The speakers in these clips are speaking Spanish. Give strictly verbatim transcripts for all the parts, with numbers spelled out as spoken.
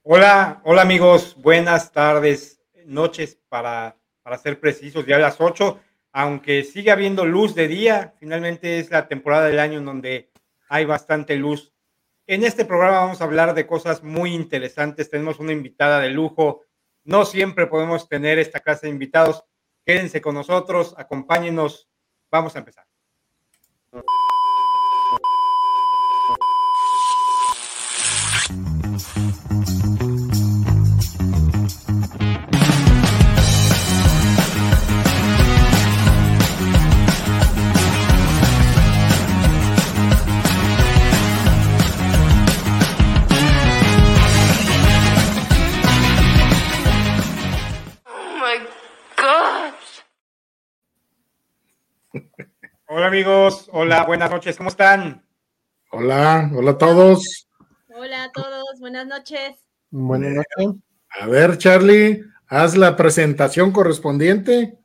Hola, hola amigos, buenas tardes, noches para, para ser precisos, ya a las ocho, aunque sigue habiendo luz de día, finalmente es la temporada del año en donde hay bastante luz. En este programa vamos a hablar de cosas muy interesantes, tenemos una invitada de lujo, no siempre podemos tener esta clase de invitados, quédense con nosotros, acompáñenos, vamos a empezar. Hola amigos, hola, buenas noches, ¿cómo están? Hola, hola a todos. Hola a todos, buenas noches. Buenas noches. A ver, Charlie, haz la presentación correspondiente.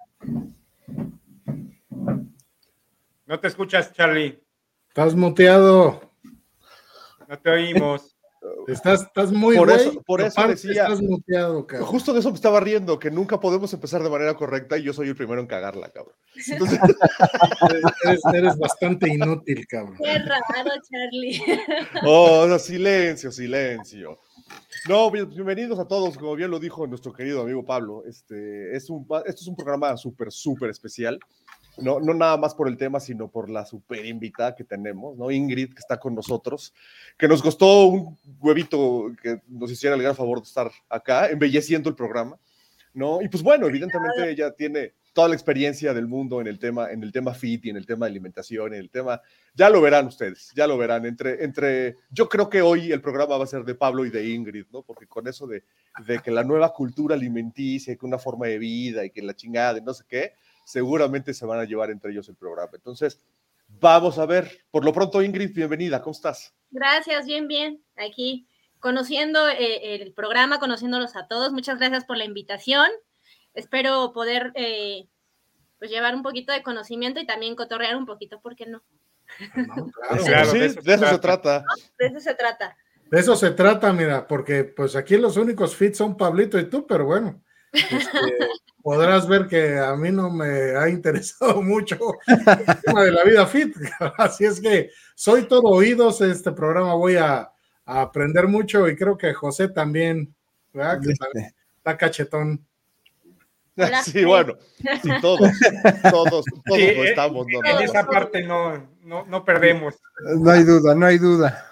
No te escuchas, Charlie. Estás muteado. No te oímos. Estás, estás muy por güey, eso, por eso decía, estás muteado, cabrón. Justo de eso me estaba riendo, que nunca podemos empezar de manera correcta y yo soy el primero en cagarla, cabrón. Entonces... eres, eres bastante inútil, cabrón. Qué raro, Charlie. Oh, no, silencio, silencio. No, bienvenidos a todos, como bien lo dijo nuestro querido amigo Pablo. Este es un, esto es un programa súper, súper especial. No, no nada más por el tema, sino por la super invitada que tenemos, ¿no? Ingrid, que está con nosotros, que nos costó un huevito que nos hiciera el gran favor de estar acá, embelleciendo el programa, ¿no? Y pues bueno, evidentemente ella tiene toda la experiencia del mundo en el tema, en el tema fit y en el tema de alimentación, en el tema, ya lo verán ustedes, ya lo verán, entre, entre, yo creo que hoy el programa va a ser de Pablo y de Ingrid, ¿no? Porque con eso de, de que la nueva cultura alimenticia, que una forma de vida y que la chingada de no sé qué, seguramente se van a llevar entre ellos el programa. Entonces, vamos a ver. Por lo pronto, Ingrid, bienvenida. ¿Cómo estás? Gracias, bien, bien. Aquí, conociendo eh, el programa, conociéndolos a todos. Muchas gracias por la invitación. Espero poder eh, pues llevar un poquito de conocimiento y también cotorrear un poquito, ¿por qué no? No, claro, claro, sí, de eso, de eso se trata. ¿No? De eso se trata. De eso se trata, mira, porque pues aquí los únicos fit son Pablito y tú, pero bueno, este, podrás ver que a mí no me ha interesado mucho el tema de la vida fit, así es que soy todo oídos, este programa voy a, a aprender mucho y creo que José también, ¿verdad? Que también está cachetón. Hola. Sí, bueno, sí, todos, todos, todos Sí, lo estamos. En, No, en no, esa no. parte no, no, no perdemos. No hay duda, no hay duda.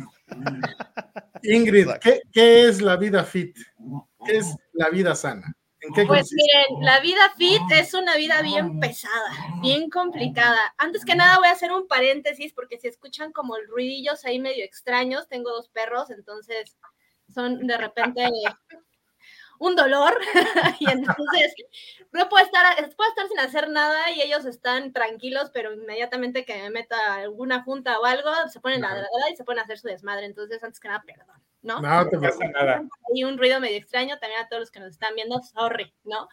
Ingrid, ¿qué, ¿qué es la vida fit? ¿Qué es la vida sana? ¿En qué Pues consiste? miren, la vida fit es una vida bien pesada, bien complicada. Antes que nada voy a hacer un paréntesis porque si escuchan como ruidillos ahí medio extraños, tengo dos perros, entonces son de repente un dolor y entonces no puedo estar, puedo estar sin hacer nada y ellos están tranquilos, pero inmediatamente que me meta alguna junta o algo, se ponen a ladrar y se ponen a hacer su desmadre. Entonces, antes que nada, perdón, ¿no? No, No pasa nada. Y un ruido medio extraño también a todos los que nos están viendo, sorry, ¿no?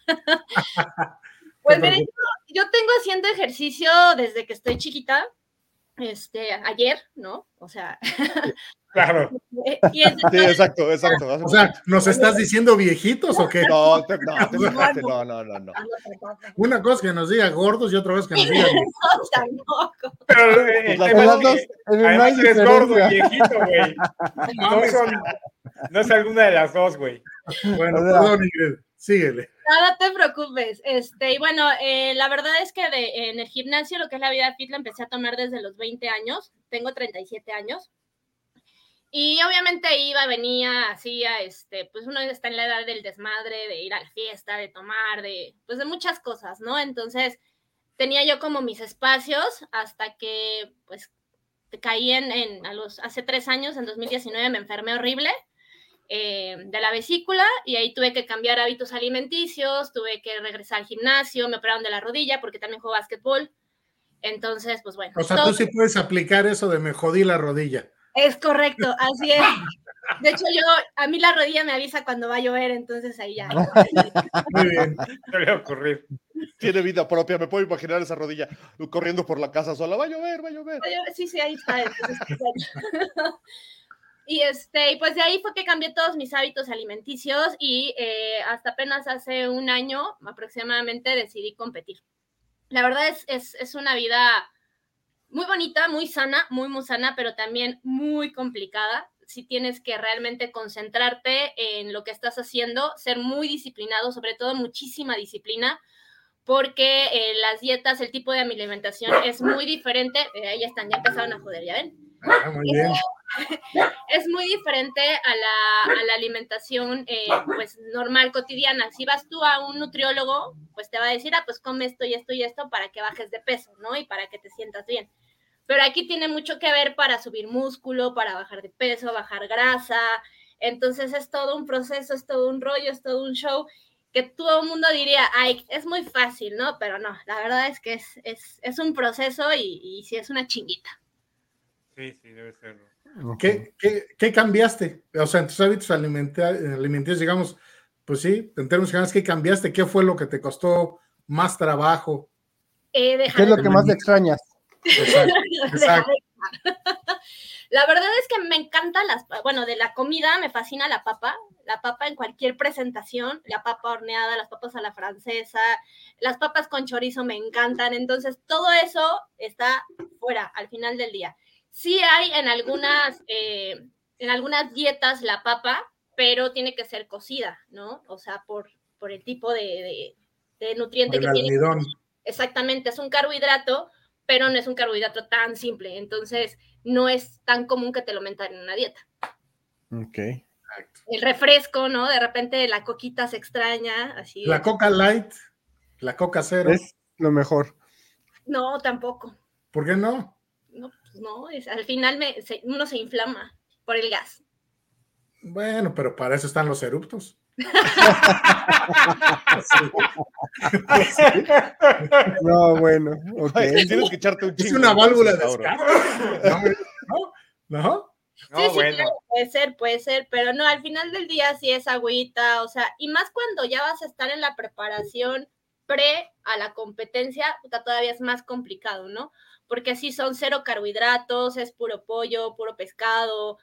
Pues miren, yo, yo tengo haciendo ejercicio desde que estoy chiquita, este, ayer, ¿no? O sea... Claro. Y entonces, Sí, exacto, exacto. O sea, ¿nos estás diciendo viejitos o qué? No, te, no, te fijaste, no, no, no, no. Una cosa que nos diga gordos y otra cosa que nos diga no, tampoco. Pero eh, el Las tema es dos, que en el además no hay eres gordo y diferencia. viejito, güey. No, son, no es alguna de las dos, güey. Bueno, O sea, perdón, Ingrid, síguele. No, no te preocupes. Este, y bueno, eh, la verdad es que de, en el gimnasio, lo que es la vida fit, la empecé a tomar desde los veinte años. Tengo treinta y siete años. Y obviamente iba, venía, hacía, este, pues uno está en la edad del desmadre, de ir a la fiesta, de tomar, de, pues de muchas cosas, ¿no? Entonces, tenía yo como mis espacios hasta que, pues, caí en, en a los, hace tres años, en dos mil diecinueve, me enfermé horrible eh, de la vesícula y ahí tuve que cambiar hábitos alimenticios, tuve que regresar al gimnasio, me operaron de la rodilla porque también juego básquetbol. Entonces, pues bueno. O sea, todo... tú sí puedes aplicar eso de me jodí la rodilla. Es correcto, así es. De hecho, yo, a mí la rodilla me avisa cuando va a llover, entonces ahí ya. Muy bien. No le va a ocurrir. Tiene vida propia, me puedo imaginar esa rodilla corriendo por la casa sola. Va a llover, va a llover. Sí, sí, ahí está. Entonces, bueno. Y este, y pues de ahí fue que cambié todos mis hábitos alimenticios y eh, hasta apenas hace un año aproximadamente decidí competir. La verdad es, es, es una vida muy bonita, muy sana, muy, muy sana, pero también muy complicada. Si tienes que realmente concentrarte en lo que estás haciendo, ser muy disciplinado, sobre todo muchísima disciplina, porque eh, las dietas, el tipo de alimentación es muy diferente. Eh, ahí están, ya empezaron a joder, ¿ya ven? Ah, muy bien. Es muy diferente a la, a la alimentación eh, pues normal, cotidiana. Si vas tú a un nutriólogo, pues te va a decir, ah, pues come esto y esto y esto para que bajes de peso, ¿no? Y para que te sientas bien. Pero aquí tiene mucho que ver para subir músculo, para bajar de peso, bajar grasa. Entonces es todo un proceso, es todo un rollo, es todo un show que todo el mundo diría, ay, es muy fácil, ¿no? Pero no, la verdad es que es, es, es un proceso y, y sí es una chinguita. Sí, sí, debe serlo. ¿Qué, qué, qué cambiaste? O sea, en tus hábitos alimenta- alimenticios, digamos, pues sí, en términos generales, ¿qué cambiaste? ¿Qué fue lo que te costó más trabajo? Eh, ¿Qué dejar es lo de que más te extrañas? Exacto, exacto. La verdad es que me encanta las, bueno, de la comida me fascina la papa, la papa en cualquier presentación, la papa horneada, las papas a la francesa, las papas con chorizo me encantan, entonces todo eso está fuera al final del día. Sí hay en algunas, eh, en algunas dietas la papa, pero tiene que ser cocida, ¿no? O sea, por, por el tipo de, de, de nutriente El que tiene. almidón. Exactamente, es un carbohidrato, pero no es un carbohidrato tan simple, entonces no es tan común que te lo metan en una dieta. Ok. El refresco, ¿no? De repente la coquita se extraña, así. La Coca Light, la Coca Cero. Es lo mejor. No, tampoco. ¿Por qué no? No, pues no, es, al final me, se, uno se inflama por el gas. Bueno, pero para eso están los eruptos. No, bueno, ok. Ay, tienes que echarte un Es chingo. una válvula de cabrón. escape. No, no, no. No, Sí, sí, bueno. claro, puede ser, puede ser, pero no, al final del día sí es agüita, o sea, y más cuando ya vas a estar en la preparación pre a la competencia, puta, todavía es más complicado, ¿no? Porque así son cero carbohidratos, es puro pollo, puro pescado,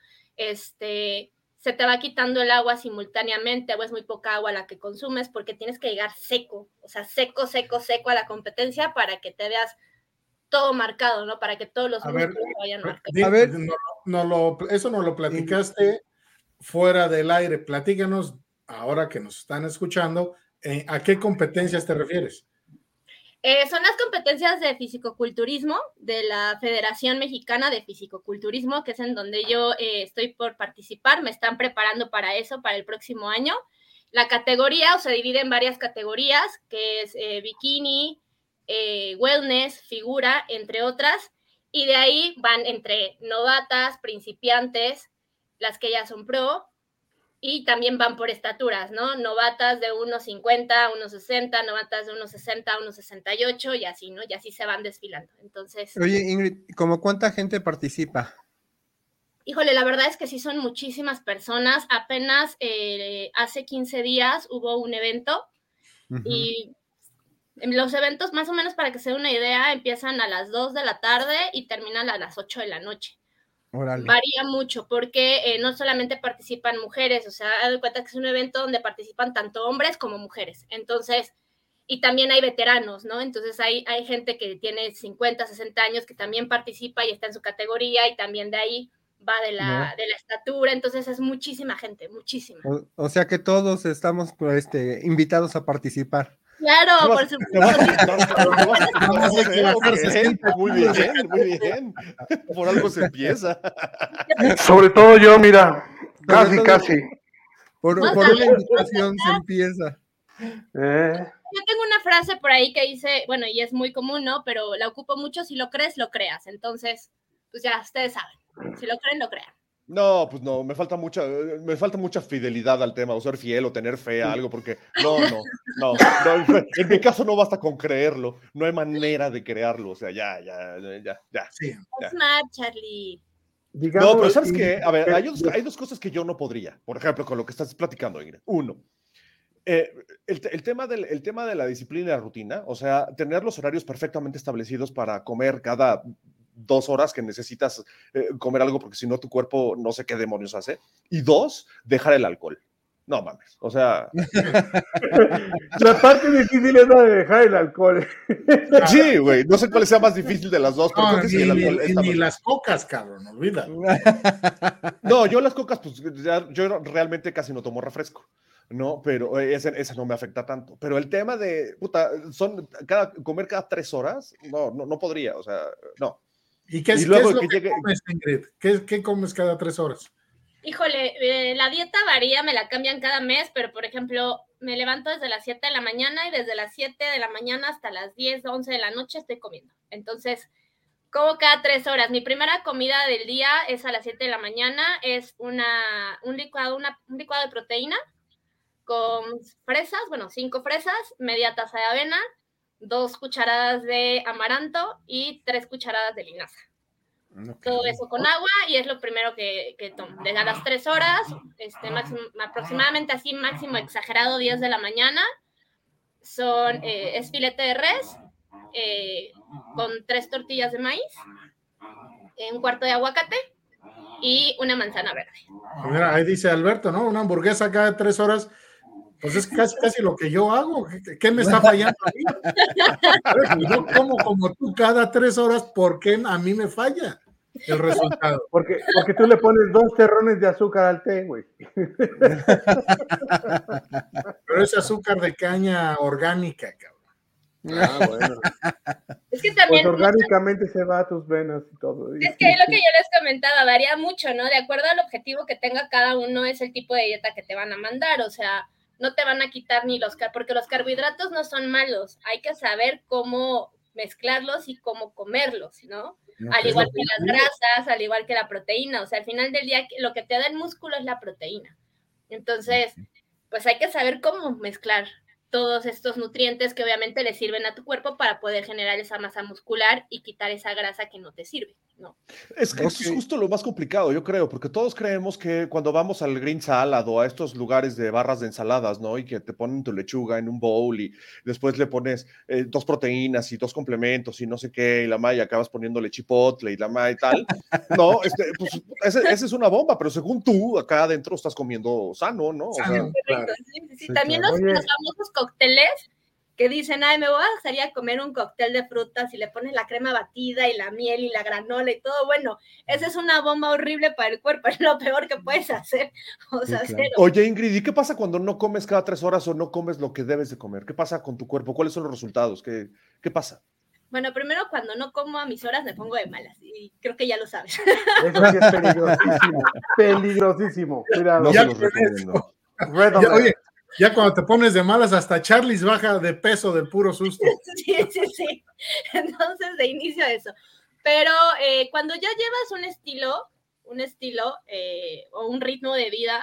este, se te va quitando el agua simultáneamente, o es muy poca agua la que consumes, porque tienes que llegar seco, o sea, seco, seco, seco a la competencia para que te veas todo marcado, ¿no? Para que todos los A músculos ver, se vayan marcados. di- A ver. no, no lo, eso no lo platicaste fuera del aire. Platícanos, ahora que nos están escuchando, eh, ¿a qué competencias te refieres? Eh, son las competencias de fisicoculturismo de la Federación Mexicana de Fisicoculturismo, que es en donde yo eh, estoy por participar. Me están preparando para eso, para el próximo año. La categoría, o se divide en varias categorías, que es eh, bikini, eh, wellness, figura, entre otras. Y de ahí van entre novatas, principiantes, las que ya son pro, y también van por estaturas, ¿no? Novatas de uno cincuenta a uno sesenta, novatas de uno sesenta a uno sesenta y ocho y así, ¿no? Y así se van desfilando. Entonces, Oye, Ingrid, ¿cómo cuánta gente participa? híjole, la verdad es que sí son muchísimas personas. Apenas eh, hace quince días hubo un evento Uh-huh. y los eventos, más o menos para que se den una idea, empiezan a las dos de la tarde y terminan a las ocho de la noche. Órale. Varía mucho porque eh, no solamente participan mujeres, o sea, haz de cuenta que es un evento donde participan tanto hombres como mujeres. Entonces, y también hay veteranos, ¿no? Entonces hay, hay gente que tiene cincuenta, sesenta años que también participa y está en su categoría y también de ahí va de la, No. de la estatura. Entonces es muchísima gente, muchísima. O, o sea que todos estamos este, invitados a participar. Claro, por supuesto. Muy bien, muy bien. Por algo se empieza. Sobre todo yo, mira, casi, todo, casi. Por, No por sabes. una invitación se empieza. Eh, Yo tengo una frase por ahí que dice, bueno, y es muy común, ¿no? Pero la ocupo mucho, si lo crees, lo creas. Entonces, pues ya ustedes saben. Si lo creen, lo crean. No, pues no, me falta mucha, me falta mucha fidelidad al tema, o ser fiel o tener fe a algo, porque no, no, no, no, en mi caso no basta con creerlo, no hay manera de crearlo, o sea, ya, ya, ya, ya. Sí. Ya. Smart, Charlie. digamos, No, pero ¿sabes y- qué? A ver, hay dos, hay dos cosas que yo no podría, por ejemplo, con lo que estás platicando, Ingrid. Uno, eh, el, el, tema del, el tema de la disciplina y la rutina, o sea, tener los horarios perfectamente establecidos para comer cada dos horas que necesitas eh, comer algo porque si no tu cuerpo no sé qué demonios hace. Y dos, dejar el alcohol. No mames, o sea... La parte difícil es la de dejar el alcohol. Sí, güey, no sé cuál sea más difícil de las dos, pero No, creo que sí, ni, el ni- alcohol está ni más- las cocas, cabrón, olvida. No, yo las cocas, pues ya- yo realmente casi no tomo refresco, ¿no? Pero eh, ese, ese no me afecta tanto. Pero el tema de, puta, son cada, comer cada tres horas, no, no, no podría, o sea, no. ¿Y qué Y es, qué luego es lo que que llegue- comes, Ingrid? ¿Qué, qué comes cada tres horas? Híjole, eh, la dieta varía, me la cambian cada mes, pero por ejemplo, me levanto desde las siete de la mañana y desde las siete de la mañana hasta las diez, once de la noche estoy comiendo. Entonces, como cada tres horas. Mi primera comida del día es a las siete de la mañana, es una, un, licuado, una, un licuado de proteína con fresas, bueno, cinco fresas, media taza de avena, dos cucharadas de amaranto y tres cucharadas de linaza. Okay. Todo eso con agua y es lo primero que, que tomo. Desde a las tres horas, este, máximo, aproximadamente así, máximo exagerado, diez de la mañana, son, eh, es filete de res eh, con tres tortillas de maíz, un cuarto de aguacate y una manzana verde. Mira, ahí dice Alberto, ¿no? Una hamburguesa cada tres horas. Pues es casi, casi lo que yo hago. ¿Qué, qué me está fallando a mí? Yo como como tú cada tres horas, ¿por qué a mí me falla el resultado? Porque, porque tú le pones dos terrones de azúcar al té, güey. Pero es azúcar de caña orgánica, cabrón. Ah, bueno. Es que también... Pues orgánicamente se va a tus venas y todo. Es que es lo que yo les comentaba, varía mucho, ¿no? De acuerdo al objetivo que tenga cada uno es el tipo de dieta que te van a mandar, o sea, no te van a quitar ni los, porque los carbohidratos no son malos, hay que saber cómo mezclarlos y cómo comerlos, ¿no? Okay. Al igual que las grasas, al igual que la proteína, o sea, al final del día lo que te da el músculo es la proteína. Entonces, pues hay que saber cómo mezclar todos estos nutrientes que obviamente le sirven a tu cuerpo para poder generar esa masa muscular y quitar esa grasa que no te sirve, ¿no? Es que okay. Eso es justo lo más complicado, yo creo, porque todos creemos que cuando vamos al Green Salad o a estos lugares de barras de ensaladas, ¿no? Y que te ponen tu lechuga en un bowl y después le pones eh, dos proteínas y dos complementos y no sé qué, y la maya acabas poniéndole chipotle y la maya y tal. No, este, pues esa es una bomba, pero según tú, acá adentro estás comiendo sano, ¿no? O sea, claro. sí, sí, sí. Sí, También claro. los, los famosos cócteles que dicen, ay, me voy a salir a comer un cóctel de frutas y le pones la crema batida y la miel y la granola y todo, bueno, esa es una bomba horrible para el cuerpo, es lo peor que puedes hacer, o sea, sí, claro. cero. Oye, Ingrid, ¿y qué pasa cuando no comes cada tres horas o no comes lo que debes de comer? ¿Qué pasa con tu cuerpo? ¿Cuáles son los resultados? ¿Qué, qué pasa? Bueno, primero cuando no como a mis horas me pongo de malas y creo que ya lo sabes. Eso sí es peligrosísimo, peligrosísimo, cuidado. No ya se los recomiendo. Ya, oye, ya cuando te pones de malas, hasta Charlie baja de peso del puro susto. Sí, sí, sí. Entonces, de inicio eso. Pero eh, cuando ya llevas un estilo, un estilo eh, o un ritmo de vida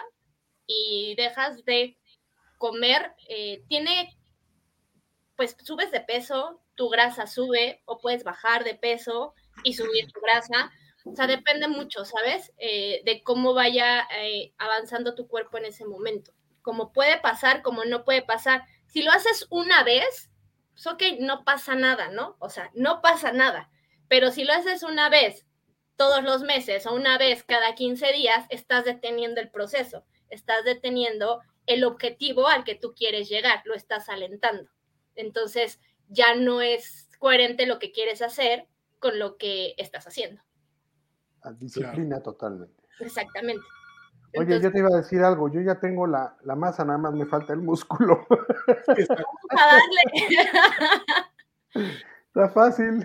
y dejas de comer, eh, tiene, pues subes de peso, tu grasa sube, o puedes bajar de peso y subir tu grasa. O sea, depende mucho, ¿sabes? Eh, de cómo vaya eh, avanzando tu cuerpo en ese momento. Como puede pasar, como no puede pasar. Si lo haces una vez, pues ok, no pasa nada, ¿no? O sea, no pasa nada. Pero si lo haces una vez todos los meses o una vez cada quince días, estás deteniendo el proceso, estás deteniendo el objetivo al que tú quieres llegar, lo estás alentando. Entonces, ya no es coherente lo que quieres hacer con lo que estás haciendo. Disciplina claro. Totalmente. Exactamente. Oye, Entonces, yo te iba a decir algo, yo ya tengo la, la masa, nada más me falta el músculo. Vamos a darle. Está fácil.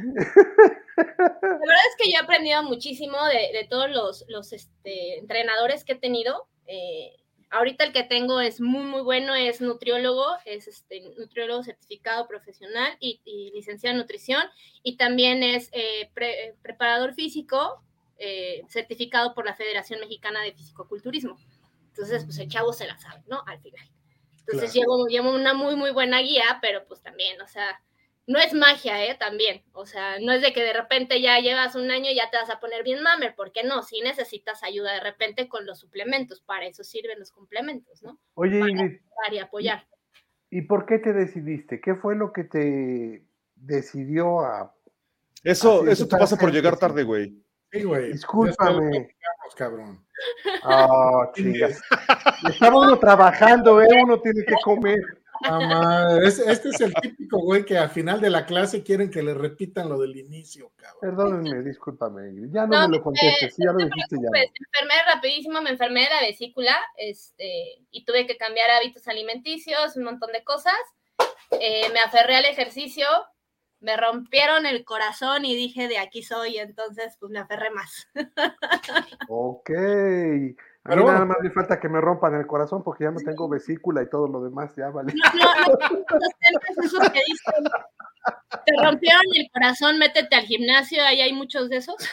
La verdad es que yo he aprendido muchísimo de, de todos los, los este, entrenadores que he tenido. Eh, ahorita el que tengo es muy, muy bueno, es nutriólogo, es este, nutriólogo certificado profesional y, y licenciado en nutrición, y también es eh, pre, preparador físico, eh, certificado por la Federación Mexicana de Fisicoculturismo. Entonces, pues el chavo se la sabe, ¿no? Al final. Entonces, claro. llevo, llevo una muy, muy buena guía, pero pues también, o sea, no es magia, ¿eh? También, o sea, no es de que de repente ya llevas un año y ya te vas a poner bien mamer, ¿por qué no? Sí necesitas ayuda de repente con los suplementos, para eso sirven los complementos, ¿no? Oye, para Ingrid, y apoyar. ¿Y por qué te decidiste? ¿Qué fue lo que te decidió a Eso, Así es, eso te pasa por totalmente, llegar sí. tarde, güey. Sí, güey. Discúlpame. Ya estamos, cabrón. Ah, chingas. Estaba uno trabajando, ¿eh? Uno tiene que comer. Mamá, es- este es el típico güey que al final de la clase quieren que le repitan lo del inicio, cabrón. Perdónenme, discúlpame, Ingrid. Ya no, No, me lo eh, contestes. Si ya no lo te dijiste, ya preocupes, no. me enfermé rapidísimo, me enfermé de la vesícula, este, y tuve que cambiar hábitos alimenticios, un montón de cosas. Eh, me aferré al ejercicio, me rompieron el corazón y dije, de aquí soy, entonces pues me aferré más. Ok. A Pero mí bueno, nada más me falta que me rompan el corazón porque ya no tengo vesícula y todo lo demás, ya vale. No, no, no, los templos esos que dicen, te rompieron el corazón, métete al gimnasio, ahí hay muchos de esos.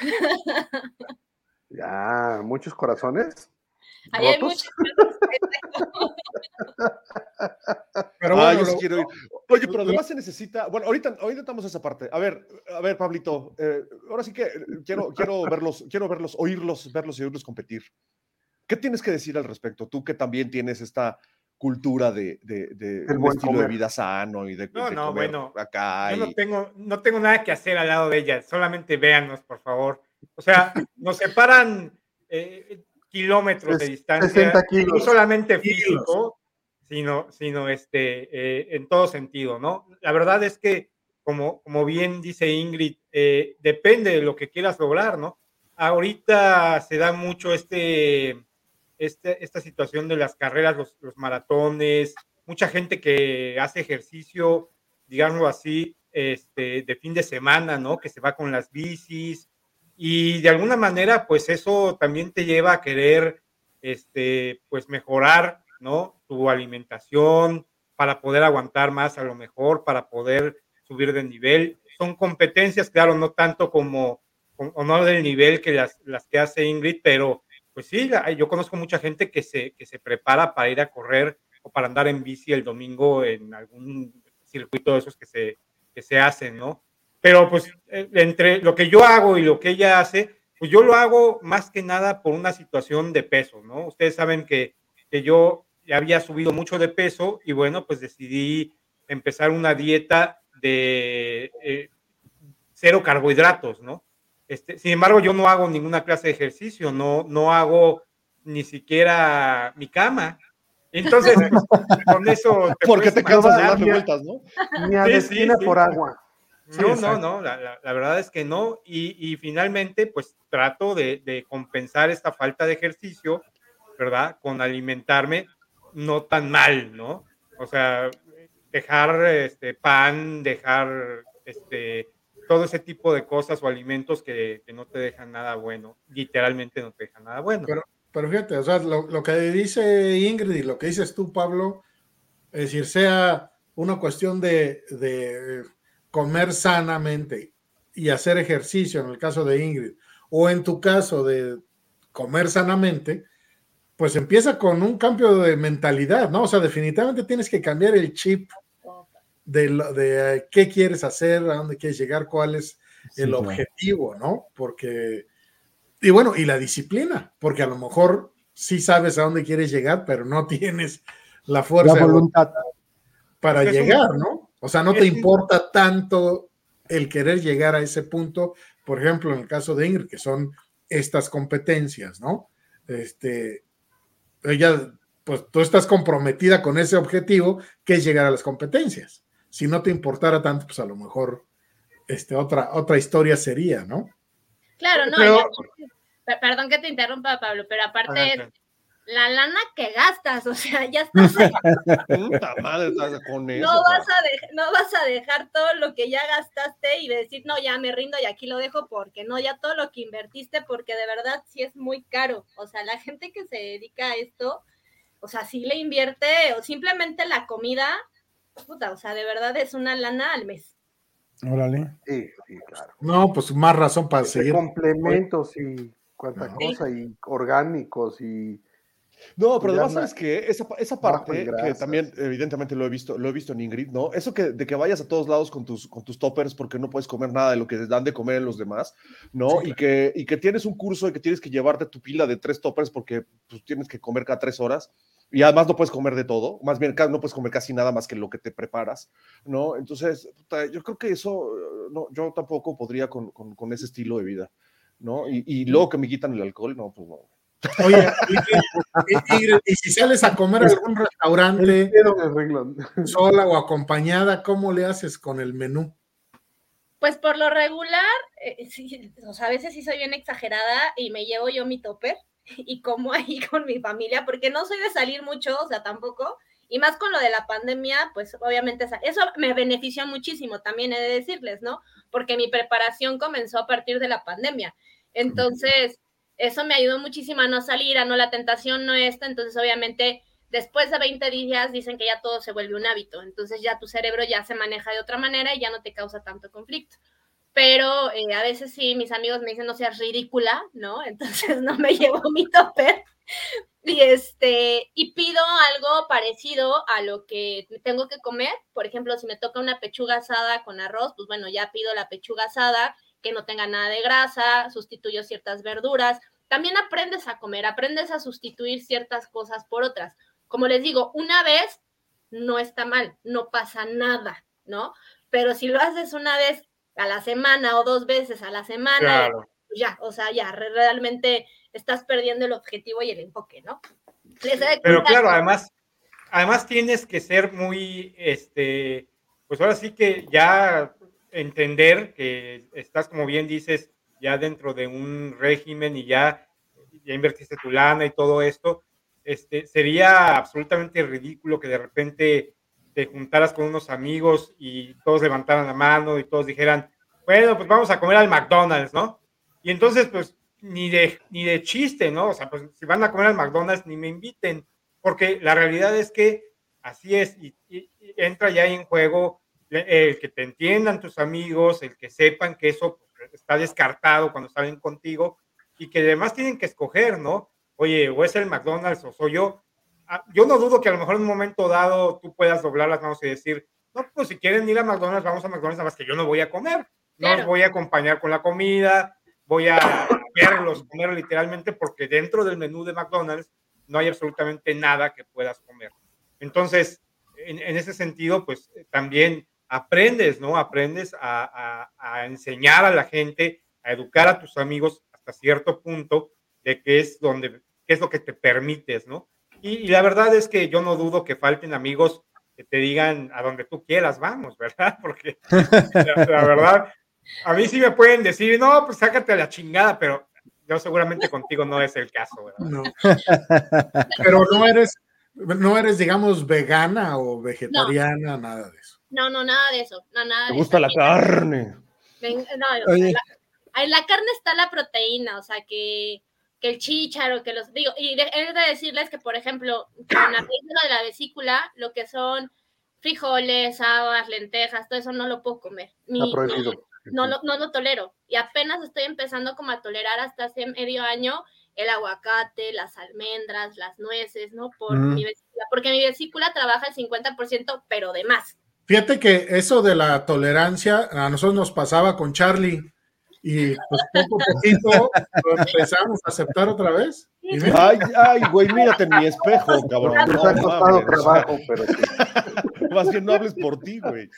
Ya, muchos corazones Ahí hay rotos. muchos de esos. pero Ah, bueno, yo sí lo- quiero ir. Oye, pero lo- además se necesita. Bueno, ahorita, ahorita estamos a esa parte. A ver, a ver, Pablito. eh, ahora sí que eh, quiero, quiero verlos, quiero verlos, oírlos, verlos y oírlos competir. ¿Qué tienes que decir al respecto? Tú que también tienes esta cultura de, de, de Del un buen estilo comer. de vida sano y de, No, de no, comer bueno, acá. yo no Y... tengo, no tengo nada que hacer al lado de ella, solamente véanos, por favor. O sea, nos separan eh, kilómetros de distancia, sesenta no kilos. solamente Kilos. físico, sino, sino este, eh, en todo sentido, ¿no? La verdad es que, como, como bien dice Ingrid, eh, depende de lo que quieras lograr, ¿no? Ahorita se da mucho este, este, esta situación de las carreras, los, los maratones, mucha gente que hace ejercicio, digámoslo así, este, de fin de semana, ¿no? Que se va con las bicis y de alguna manera, pues eso también te lleva a querer, este, pues mejorar, ¿no? Tu alimentación para poder aguantar más a lo mejor, para poder subir de nivel. Son competencias, claro, no tanto como, o no del nivel que las, las que hace Ingrid, pero pues sí, yo conozco mucha gente que se, que se prepara para ir a correr o para andar en bici el domingo en algún circuito de esos que se, que se hacen, ¿no? Pero pues entre lo que yo hago y lo que ella hace, pues yo lo hago más que nada por una situación de peso, ¿no? Ustedes saben que, que yo había subido mucho de peso y bueno, pues decidí empezar una dieta de eh, cero carbohidratos, ¿no? Este, sin embargo, yo no hago ninguna clase de ejercicio, no, no hago ni siquiera mi cama. Entonces, pues, con eso te Porque te cansas de darle Ni a- vueltas, ¿no? Ni a la Sí, esquina sí, por sí. agua. Sí, No, no, exacto. no, la, la, la verdad es que no. Y, y finalmente, pues trato de, de compensar esta falta de ejercicio, ¿verdad? Con alimentarme no tan mal, ¿no? O sea, dejar este pan, dejar este todo ese tipo de cosas o alimentos que, que no te dejan nada bueno, literalmente no te dejan nada bueno. Pero, pero fíjate, o sea, lo, lo que dice Ingrid y lo que dices tú, Pablo, es decir, sea una cuestión de, de comer sanamente y hacer ejercicio, en el caso de Ingrid, o en tu caso de comer sanamente, pues empieza con un cambio de mentalidad, ¿no? O sea, definitivamente tienes que cambiar el chip de, lo, de qué quieres hacer, a dónde quieres llegar, cuál es el Sí, objetivo, ¿no? Porque, y bueno, y la disciplina, porque a lo mejor sí sabes a dónde quieres llegar, pero no tienes la fuerza la voluntad para Pues es llegar, un, ¿no? O sea, no te es un, importa tanto el querer llegar a ese punto, por ejemplo, en el caso de Ingrid, que son estas competencias, ¿no? Este, ella, pues tú estás comprometida con ese objetivo, que es llegar a las competencias. Si no te importara tanto, pues a lo mejor este, otra, otra historia sería, ¿no? Claro, no, Pero- y aparte, perdón que te interrumpa, Pablo, pero aparte Ajá, es claro. la lana que gastas, o sea, ya estás, Puta madre, estás con eso. no vas, cabrón. a de- no vas a dejar todo lo que ya gastaste y decir, no, ya me rindo y aquí lo dejo, porque no, ya todo lo que invertiste, porque de verdad sí es muy caro, o sea, la gente que se dedica a esto, o sea, sí le invierte, o simplemente la comida, puta, o sea, de verdad es una lana al mes. Órale. Sí, sí, claro. No, pues más razón para Entre seguir. complementos y cuánta No. cosa, y orgánicos, y No, pero cuidar además, la- ¿sabes qué? Esa, esa bajo en parte que grasas. también evidentemente lo he visto, lo he visto en Ingrid, ¿no? Eso que, de que vayas a todos lados con tus, con tus toppers porque no puedes comer nada de lo que les dan de comer en los demás, ¿no? Sí, y, que, y que tienes un curso y que tienes que llevarte tu pila de tres toppers porque pues, tienes que comer cada tres horas. y además no puedes comer de todo, más bien no puedes comer casi nada más que lo que te preparas, ¿no? Entonces, puta, yo creo que eso, no, yo tampoco podría con, con, con ese estilo de vida, ¿no? Y, y luego que me quitan el alcohol, no, pues no. Oye, y, y, y si sales a comer a algún restaurante sola o acompañada, ¿cómo le haces con el menú? Pues por lo regular, eh, sí, o sea, a veces sí soy bien exagerada y me llevo yo mi topper y como ahí con mi familia, porque no soy de salir mucho, o sea, tampoco, y más con lo de la pandemia, pues obviamente eso me benefició muchísimo, también he de decirles, ¿no? Porque mi preparación comenzó a partir de la pandemia, entonces eso me ayudó muchísimo a no salir, a no la tentación no esta, entonces obviamente después de veinte días dicen que ya todo se vuelve un hábito, entonces ya tu cerebro ya se maneja de otra manera y ya no te causa tanto conflicto. Pero eh, a veces sí, mis amigos me dicen no seas ridícula, ¿no? Entonces no me llevo mi topper y, este, y pido algo parecido a lo que tengo que comer. Por ejemplo, si me toca una pechuga asada con arroz, pues bueno, ya pido la pechuga asada, que no tenga nada de grasa, sustituyo ciertas verduras. También aprendes a comer, aprendes a sustituir ciertas cosas por otras. Como les digo, una vez no está mal, no pasa nada, ¿no? Pero si lo haces una vez a la semana o dos veces a la semana, claro. pues ya, o sea, ya realmente estás perdiendo el objetivo y el enfoque, ¿no? Pero claro, además, además tienes que ser muy, este, pues ahora sí que ya entender que estás, como bien dices, ya dentro de un régimen y ya, ya invertiste tu lana y todo esto, este, sería absolutamente ridículo que de repente te juntaras con unos amigos y todos levantaran la mano y todos dijeran, bueno, pues vamos a comer al McDonald's, ¿no? Y entonces, pues, ni de, ni de chiste, ¿no? O sea, pues, si van a comer al McDonald's, ni me inviten, porque la realidad es que así es, y, y, y entra ya en juego el que te entiendan tus amigos, el que sepan que eso pues, está descartado cuando salen contigo, y que además tienen que escoger, ¿no? Oye, o es el McDonald's o soy yo. Yo no dudo que a lo mejor en un momento dado tú puedas doblar las manos y decir, no, pues si quieren ir a McDonald's, vamos a McDonald's, nada más que yo no voy a comer, no claro. Los voy a acompañar con la comida, voy a verlos comer literalmente, porque dentro del menú de McDonald's no hay absolutamente nada que puedas comer. Entonces, en, en ese sentido, pues también aprendes, ¿no? Aprendes a, a, a enseñar a la gente, a educar a tus amigos hasta cierto punto de qué es, donde, qué es lo que te permites, ¿no? Y, y la verdad es que yo no dudo que falten amigos que te digan a donde tú quieras, vamos, ¿verdad? Porque la, la verdad, a mí sí me pueden decir, no, pues sácate a la chingada, pero yo seguramente contigo no es el caso, ¿verdad? No. Pero no eres, no eres, digamos, vegana o vegetariana, no. Nada de eso. No, no, nada de eso. No, nada ¿Te de gusta eso. la carne? Ven, no, o sea, la, en la carne está la proteína, o sea, que, que el chícharo, que los, digo, y de, he de decirles que, por ejemplo, con la película de la vesícula, lo que son frijoles, habas, lentejas, todo eso no lo puedo comer. Mi, está prohibido. Mi, no, no, no lo tolero. Y apenas estoy empezando como a tolerar hasta hace medio año el aguacate, las almendras, las nueces, ¿no? Por mm. mi vesícula, porque mi vesícula trabaja el cincuenta por ciento, pero de más. Fíjate que eso de la tolerancia a nosotros nos pasaba con Charlie y pues poco a poquito lo empezamos a aceptar otra vez. Y ay, ay, güey, mírate en mi espejo, cabrón. Nos ha costado trabajo, pero sí. Más bien no hables por ti, güey.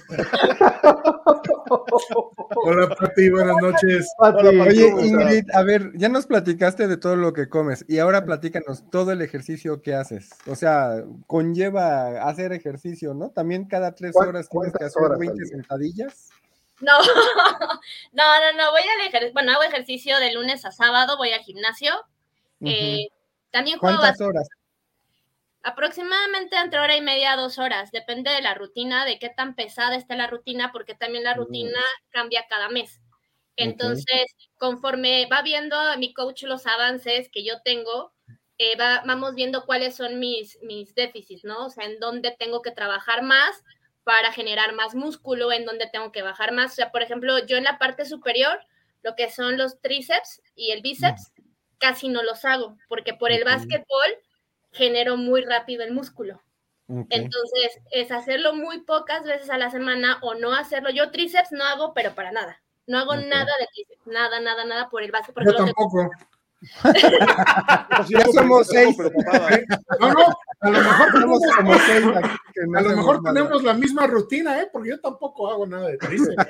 Hola, Pati, buenas noches. Pati. Oye, Ingrid, a ver, ya nos platicaste de todo lo que comes y ahora platícanos todo el ejercicio que haces. O sea, conlleva hacer ejercicio, ¿no? También cada tres horas tienes que hacer veinte sentadillas. No, no, no, no, voy al ejercicio, bueno, hago ejercicio de lunes a sábado, voy al gimnasio. Uh-huh. eh, también juego ¿Cuántas horas? Aproximadamente entre hora y media a dos horas, depende de la rutina, de qué tan pesada esté la rutina, porque también la rutina uh-huh. cambia cada mes. Entonces, okay. conforme va viendo mi coach los avances que yo tengo, eh, va, vamos viendo cuáles son mis, mis déficits, ¿no? O sea, en dónde tengo que trabajar más para generar más músculo, en dónde tengo que bajar más. O sea, por ejemplo, yo en la parte superior, lo que son los tríceps y el bíceps, uh-huh. casi no los hago, porque por el okay. básquetbol genero muy rápido el músculo. Okay. Entonces, es hacerlo muy pocas veces a la semana o no hacerlo. Yo tríceps no hago, pero para nada. No hago okay. nada de tríceps, nada, nada, nada por el básquet. Yo tampoco. Ya somos seis. No, no, A lo mejor tenemos, como seis aquí que no a lo hacemos mejor nada. tenemos la misma rutina, ¿eh? Porque yo tampoco hago nada de tríceps.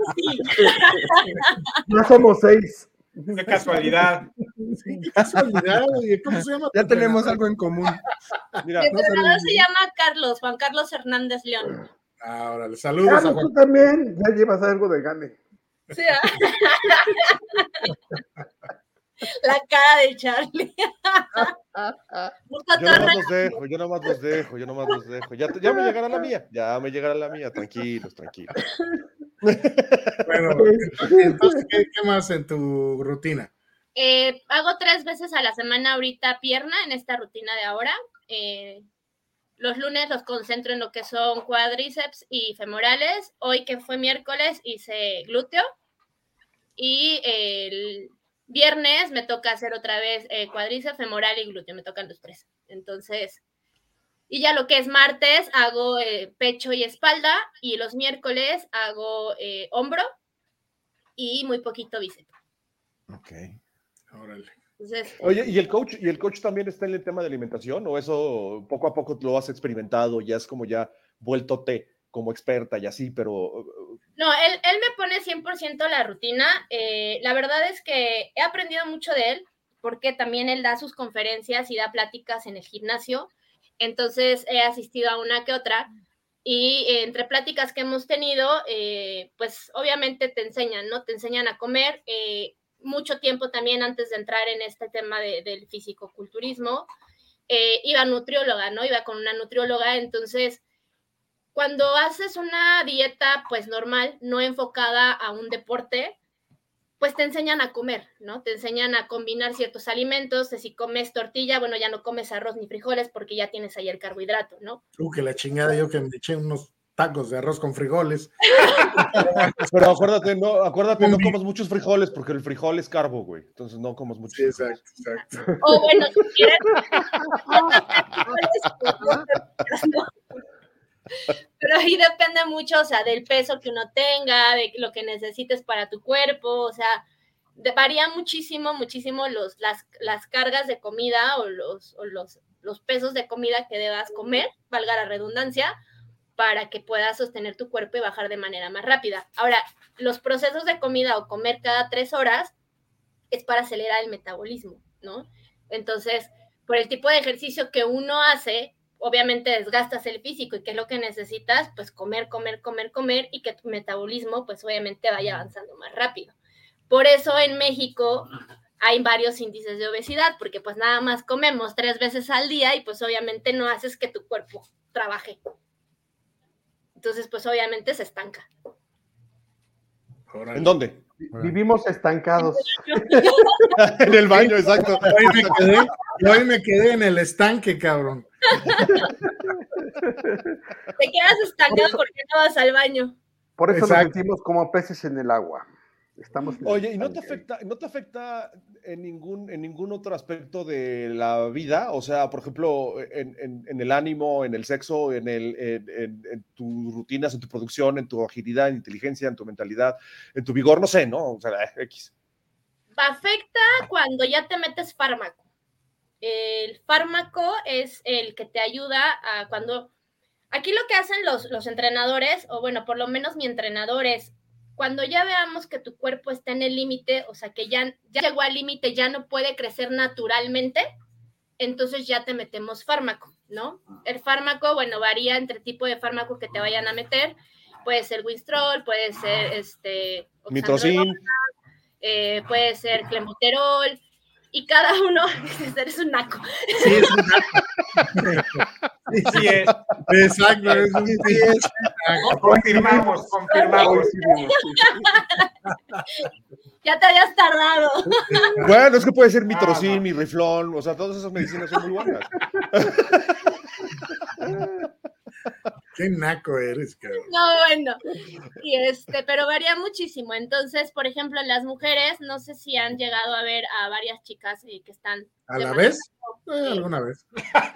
Ya somos seis. Qué casualidad. Sí, qué casualidad, oye, ¿cómo se llama? Ya tu tenemos entrenador? algo en común. Mira, Mi no entrenador sabía. se llama Carlos, Juan Carlos Hernández León. Ah, órale, saludos Carlos, a Juan. tú también, ya llevas algo de gane. Sí, ¿ah? La cara de Charlie. Busca yo nomás torre. los dejo, yo nomás los dejo, yo nomás los dejo. Ya, ya me llegará la mía, ya me llegará la mía. Tranquilos, tranquilos. Bueno, entonces, ¿qué, qué más en tu rutina? Eh, hago tres veces a la semana ahorita pierna en esta rutina de ahora. Eh, los lunes los concentro en lo que son cuádriceps y femorales. Hoy, que fue miércoles, hice glúteo. Y el viernes me toca hacer otra vez eh, cuádriceps, femoral y glúteo. Me tocan los tres. Entonces, y ya lo que es martes hago eh, pecho y espalda. Y los miércoles hago eh, hombro y muy poquito bíceps. Ok. Órale. Entonces, Oye, ¿y el coach, y el coach también está en el tema de alimentación? ¿O eso poco a poco lo has experimentado? Ya es como ya vuéltote como experta y así, pero... No, él, él me pone cien por ciento la rutina. Eh, la verdad es que he aprendido mucho de él, porque también él da sus conferencias y da pláticas en el gimnasio. Entonces he asistido a una que otra. Y eh, entre pláticas que hemos tenido, eh, pues obviamente te enseñan, ¿no? Te enseñan a comer. Eh, mucho tiempo también antes de entrar en este tema de, del fisicoculturismo, eh, iba nutrióloga, ¿no? Iba con una nutrióloga, entonces cuando haces una dieta pues normal, no enfocada a un deporte, pues te enseñan a comer, ¿no? Te enseñan a combinar ciertos alimentos, de si comes tortilla, bueno, ya no comes arroz ni frijoles porque ya tienes ahí el carbohidrato, ¿no? Tú, que la chingada, yo que me eché unos tacos de arroz con frijoles. Pero acuérdate, no, acuérdate, no comas muchos frijoles porque el frijol es carbo, güey. Entonces no comas muchos Sí, frijoles. exacto, exacto. O bueno, si quieres... Pero ahí depende mucho, o sea, del peso que uno tenga, de lo que necesites para tu cuerpo, o sea, de, varía muchísimo, muchísimo los, las, las cargas de comida o, los, o los, los pesos de comida que debas comer, valga la redundancia, para que puedas sostener tu cuerpo y bajar de manera más rápida. Ahora, los procesos de comida o comer cada tres horas es para acelerar el metabolismo, ¿no? Entonces, por el tipo de ejercicio que uno hace, obviamente desgastas el físico, y qué es lo que necesitas, pues comer, comer, comer, comer, y que tu metabolismo pues obviamente vaya avanzando más rápido. Por eso en México hay varios índices de obesidad, porque pues nada más comemos tres veces al día y pues obviamente no haces que tu cuerpo trabaje. Entonces pues obviamente se estanca. Órale. ¿En dónde? Vivimos estancados. En el baño, exacto. Hoy me quedé, hoy me quedé en el estanque, cabrón. Te quedas estancado porque no vas al baño. Por eso Exacto. nos sentimos como peces en el agua. Estamos en el Oye, ¿y no te estanque. afecta, no te afecta en ningún, en ningún otro aspecto de la vida? O sea, por ejemplo, en, en, en el ánimo, en el sexo, en, el, en, en, en tus rutinas, en tu producción, en tu agilidad, en inteligencia, en tu mentalidad, en tu vigor, no sé, ¿no? O sea, X. Afecta cuando ya te metes fármaco. El fármaco es el que te ayuda a cuando... Aquí lo que hacen los, los entrenadores, o bueno, por lo menos mi entrenador es, cuando ya veamos que tu cuerpo está en el límite, o sea, que ya, ya llegó al límite, ya no puede crecer naturalmente, entonces ya te metemos fármaco, ¿no? El fármaco, bueno, varía entre tipo de fármaco que te vayan a meter. Puede ser Winstrol, puede ser este... Mitrocin. Eh, puede ser clenbuterol, y cada uno, eres un naco. Sí, es un naco. Sí es. Exacto, es un Sí, sí es. Confirmamos, confirmamos. Ya te habías tardado. Bueno, es que puede ser Ah, mitrocin, no. mi riflón, o sea, todas esas medicinas son muy buenas. Qué naco eres, cabrón. No, bueno. Y este, pero varía muchísimo. Entonces, por ejemplo, las mujeres, no sé si han llegado a ver a varias chicas eh, que están... ¿A la vez? Eh, alguna vez.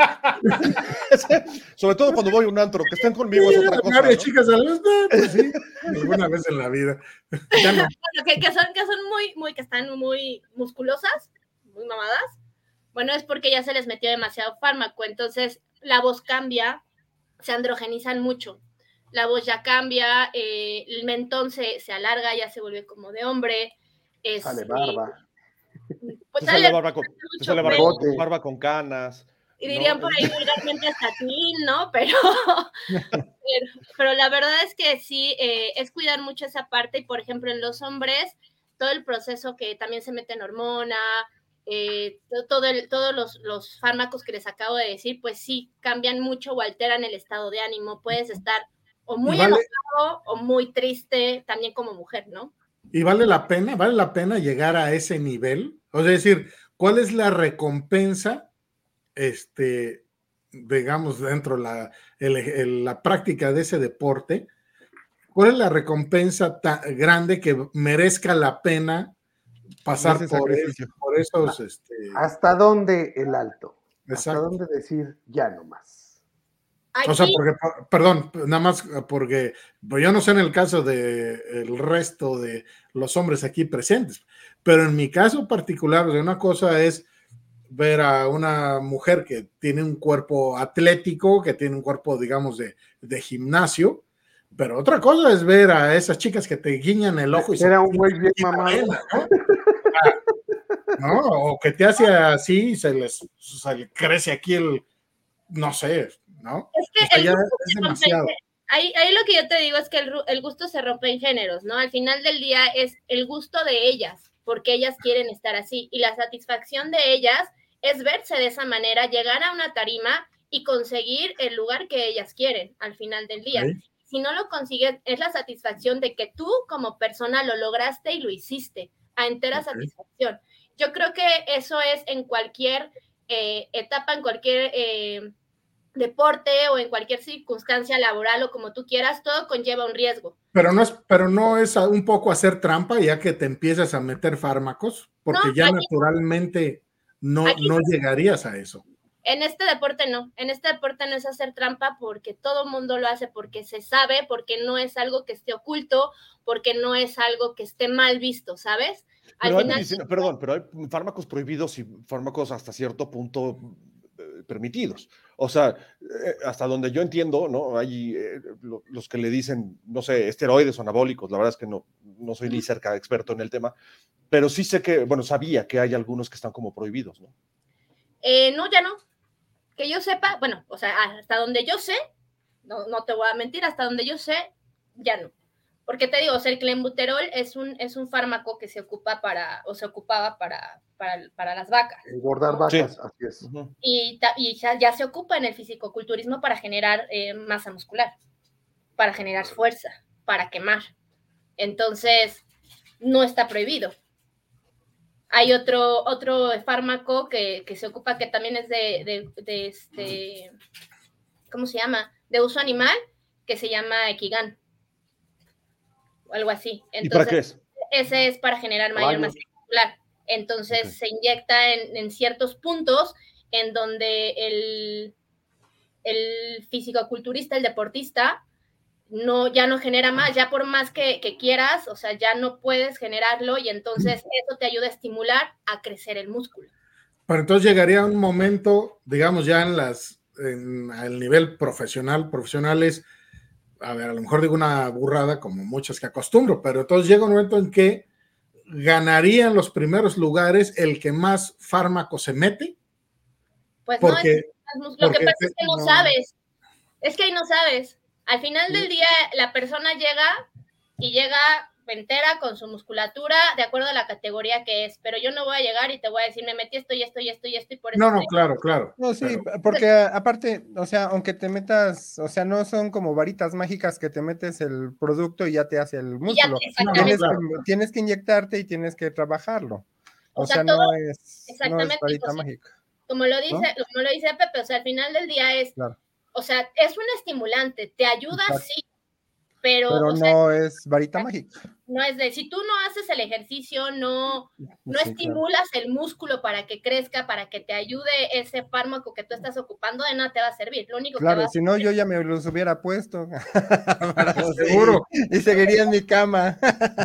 Sobre todo cuando voy a un antro, que estén conmigo es otra cosa, Varias ¿no? chicas a la vez, eh, pues sí, alguna vez en la vida. Ya no. Bueno, que, que son, que son muy, muy, que están muy musculosas, muy mamadas. Bueno, es porque ya se les metió demasiado fármaco. Entonces, la voz cambia, se androgenizan mucho. La voz ya cambia, eh, el mentón se, se alarga, ya se vuelve como de hombre. Es, Sale barba. Pues te sale, sale barba con, te mucho sale barba, pelo. con, barba con canas. Y dirían ¿no? por ahí vulgarmente hasta clean, ¿no? Pero, pero, pero la verdad es que sí, eh, es cuidar mucho esa parte. Y, por ejemplo, en los hombres, todo el proceso que también se mete en hormona, eh, todo el, todos los, los fármacos que les acabo de decir, pues sí, cambian mucho o alteran el estado de ánimo. Puedes estar o muy vale, enojado o muy triste, también como mujer, ¿no? ¿Y vale la pena, vale la pena llegar a ese nivel? O sea, es decir, ¿cuál es la recompensa? Este, digamos, dentro de la, el, el, la práctica de ese deporte, ¿cuál es la recompensa tan grande que merezca la pena pasar por, es, por esos? Este... ¿Hasta dónde el alto? ¿Hasta Exacto. dónde decir ya nomás? Aquí... O sea, porque, perdón, nada más porque pues yo no sé en el caso del de resto de los hombres aquí presentes, pero en mi caso particular, o sea, una cosa es ver a una mujer que tiene un cuerpo atlético, que tiene un cuerpo, digamos, de, de gimnasio, pero otra cosa es ver a esas chicas que te guiñan el ojo y era se un güey bien mamado, ¿no? ¿no? O que te hace así y se les, se le crece aquí el, no sé, ¿no? Es que o sea, el ya gusto es demasiado. Rompe, ahí, ahí lo que yo te digo es que el, el gusto se rompe en géneros, ¿no? Al final del día es el gusto de ellas, porque ellas quieren estar así, y la satisfacción de ellas es verse de esa manera, llegar a una tarima y conseguir el lugar que ellas quieren al final del día. ¿Sí? Si no lo consigues, es la satisfacción de que tú como persona lo lograste y lo hiciste, a entera okay. satisfacción. Yo creo que eso es en cualquier eh, etapa, en cualquier eh, deporte o en cualquier circunstancia laboral o como tú quieras, todo conlleva un riesgo. Pero no es, pero no es un poco hacer trampa ya que te empiezas a meter fármacos, porque no, ya aquí, naturalmente no, aquí, no llegarías a eso. En este deporte no, en este deporte no es hacer trampa porque todo el mundo lo hace, porque se sabe, porque no es algo que esté oculto, porque no es algo que esté mal visto, ¿sabes? Al pero final, hay medicina, perdón, pero hay fármacos prohibidos y fármacos hasta cierto punto eh, permitidos. O sea, eh, hasta donde yo entiendo, ¿no? Hay eh, lo, los que le dicen, no sé, esteroides o anabólicos, la verdad es que no, no soy ni cerca experto en el tema, pero sí sé que, bueno, sabía que hay algunos que están como prohibidos, ¿no? Eh, no, ya no. Que yo sepa, bueno, o sea, hasta donde yo sé, no, no te voy a mentir, hasta donde yo sé, ya no. Porque te digo, o sea, el clenbuterol es un, es un fármaco que se ocupa para, o se ocupaba para, para, para las vacas. Engordar ¿no? vacas, sí. Así es. Uh-huh. Y, y ya, ya se ocupa en el fisicoculturismo para generar eh, masa muscular, para generar fuerza, para quemar. Entonces, no está prohibido. Hay otro, otro fármaco que, que se ocupa, que también es de, de, de este, ¿cómo se llama? De uso animal, que se llama Equigan. O algo así. Entonces, ¿y para qué es? Ese es para generar mayor masa muscular. Entonces, okay. se inyecta en, en ciertos puntos en donde el, el fisicoculturista, el deportista, no, ya no genera más, ya por más que, que quieras, o sea, ya no puedes generarlo y entonces eso te ayuda a estimular a crecer el músculo. Pero entonces llegaría un momento, digamos, ya en las, en el nivel profesional, profesionales, a ver, a lo mejor digo una burrada como muchas que acostumbro, pero entonces llega un momento en que ganarían los primeros lugares el que más fármaco se mete. Pues porque, no, es, lo porque que pasa es que no, no sabes, es que ahí no sabes. Al final del día, la persona llega y llega entera con su musculatura de acuerdo a la categoría que es, pero yo no voy a llegar y te voy a decir, me metí esto y esto y esto y esto y por eso... No, no, claro, claro. No, sí, pero... porque aparte, o sea, aunque te metas, o sea, no son como varitas mágicas que te metes el producto y ya te hace el músculo. Ya, no, tienes, claro. que, tienes que inyectarte y tienes que trabajarlo. O, o sea, sea todo, no, es, exactamente, no es varita pues, mágica. Como lo dice, ¿no? como lo dice Pepe, o sea, al final del día es... Claro. O sea, es un estimulante, te ayuda, exacto. Sí, pero... Pero o sea, no es varita mágica. No es de, si tú no haces el ejercicio, no, no Sí, estimulas el músculo para que crezca, para que te ayude ese fármaco que tú estás ocupando, de nada te va a servir. Lo único que va claro, a si no, yo ya me los hubiera puesto. Para Seguro. seguir, y seguiría en mi cama.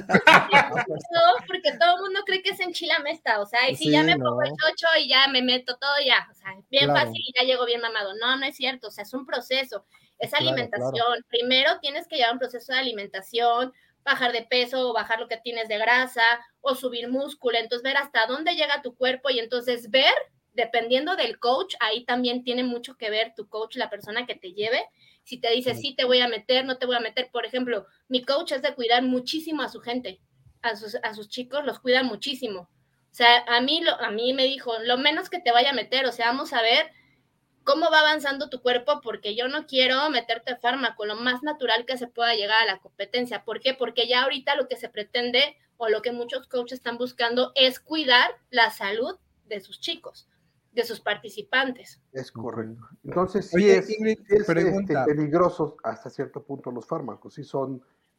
No, porque todo el mundo cree que es enchilamesta, o sea, y si Sí, ya me no. pongo el chocho y ya me meto todo ya, o sea, bien Claro. fácil y ya llego bien mamado. No, no es cierto, o sea, es un proceso, es Claro, alimentación. claro. Primero tienes que llevar un proceso de alimentación, bajar de peso o bajar lo que tienes de grasa o subir músculo, entonces ver hasta dónde llega tu cuerpo y entonces ver, dependiendo del coach, ahí también tiene mucho que ver tu coach, la persona que te lleve. Si te dice, sí, te voy a meter, no te voy a meter. Por ejemplo, mi coach es de cuidar muchísimo a su gente. A sus, a sus chicos los cuidan muchísimo. O sea, a mí, lo, a mí me dijo, lo menos que te vaya a meter, o sea, vamos a ver cómo va avanzando tu cuerpo, porque yo no quiero meterte fármaco, lo más natural que se pueda llegar a la competencia. ¿Por qué? Porque ya ahorita lo que se pretende, o lo que muchos coaches están buscando, es cuidar la salud de sus chicos, de sus participantes. Es correcto. Entonces, sí Oye, es, Ingrid, sí es este, pregunta. peligroso hasta cierto punto los fármacos, sí son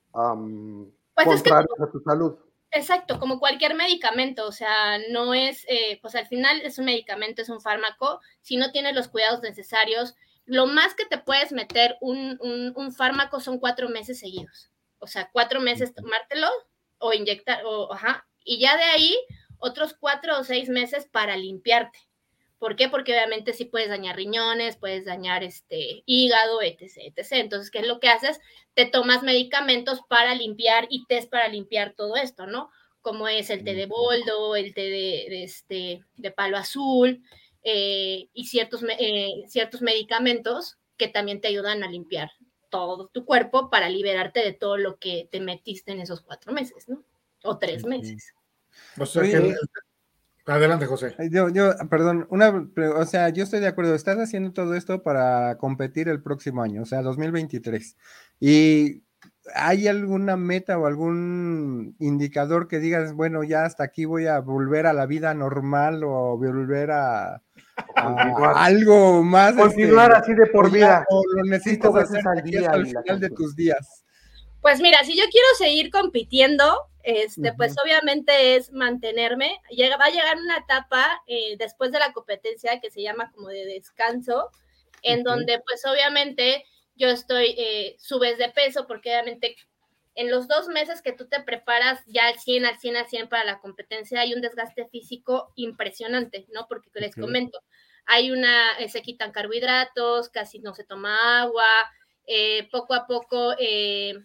um, Pues es que contrarios a tu salud. exacto, como cualquier medicamento, o sea, no es, eh, pues al final es un medicamento, es un fármaco, si no tienes los cuidados necesarios, lo más que te puedes meter un, un, un fármaco son cuatro meses seguidos, o sea, cuatro meses tomártelo o inyectar, o, ajá, y ya de ahí otros cuatro o seis meses para limpiarte. ¿Por qué? Porque obviamente sí puedes dañar riñones, puedes dañar este hígado, etc, etcétera. Entonces, ¿qué es lo que haces? Te tomas medicamentos para limpiar y test para limpiar todo esto, ¿no? Como es el té de boldo, el té de, de, este, de palo azul eh, y ciertos, eh, ciertos medicamentos que también te ayudan a limpiar todo tu cuerpo para liberarte de todo lo que te metiste en esos cuatro meses, ¿no? O tres Sí, meses. O sea Oye, que el- el- adelante, José. Ay, Yo, yo, perdón, una, pre- o sea, yo estoy de acuerdo, estás haciendo todo esto para competir el próximo año, o sea, dos mil veintitrés. ¿Y hay alguna meta o algún indicador que digas, bueno, ya hasta aquí voy a volver a la vida normal o volver a, a Continuar, algo más, continuar este, así de por o ya, vida, o lo necesitas cinco veces hacer de al aquí día hasta el y la final de canción. tus días? Pues mira, si yo quiero seguir compitiendo, este, Ujú. pues obviamente es mantenerme. Llega, va a llegar una etapa eh, después de la competencia que se llama como de descanso, en Ok. donde pues obviamente yo estoy, eh, subes de peso, porque obviamente en los dos meses que tú te preparas ya al cien, al cien, al cien para la competencia, hay un desgaste físico impresionante, ¿no? Porque les Ok. comento, hay una, eh, se quitan carbohidratos, casi no se toma agua, eh, poco a poco... Eh,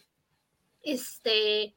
este,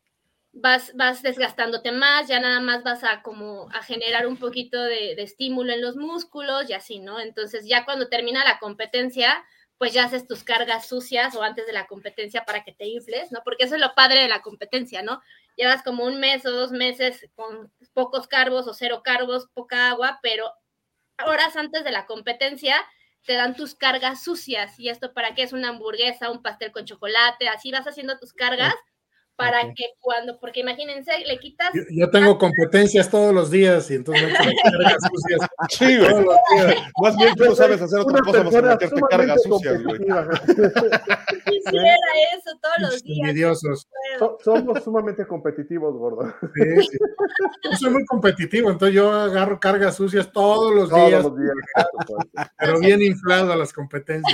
vas, vas desgastándote más, ya nada más vas a como a generar un poquito de, de estímulo en los músculos y así, ¿no? Entonces ya cuando termina la competencia, pues ya haces tus cargas sucias o antes de la competencia para que te infles, ¿no? Porque eso es lo padre de la competencia, ¿no? Llevas como un mes o dos meses con pocos carbos o cero carbos, poca agua, pero horas antes de la competencia te dan tus cargas sucias. ¿Y esto para qué? Es una hamburguesa, un pastel con chocolate, así vas haciendo tus cargas para Ok. que cuando, porque imagínense, le quitas... Yo, yo tengo competencias todos los días y entonces me echo mis cargas sucias Sí, güey. todos los días. Más bien tú no sabes hacer otra Una cosa más que persona meterte sumamente cargas sucias, güey. competitiva. Quisiera eso todos los días. Envidiosos. So- somos sumamente competitivos, gordo. Sí, sí. Yo soy muy competitivo, entonces yo agarro cargas sucias todos los Todos días, los días, por supuesto. pero bien inflado a las competencias.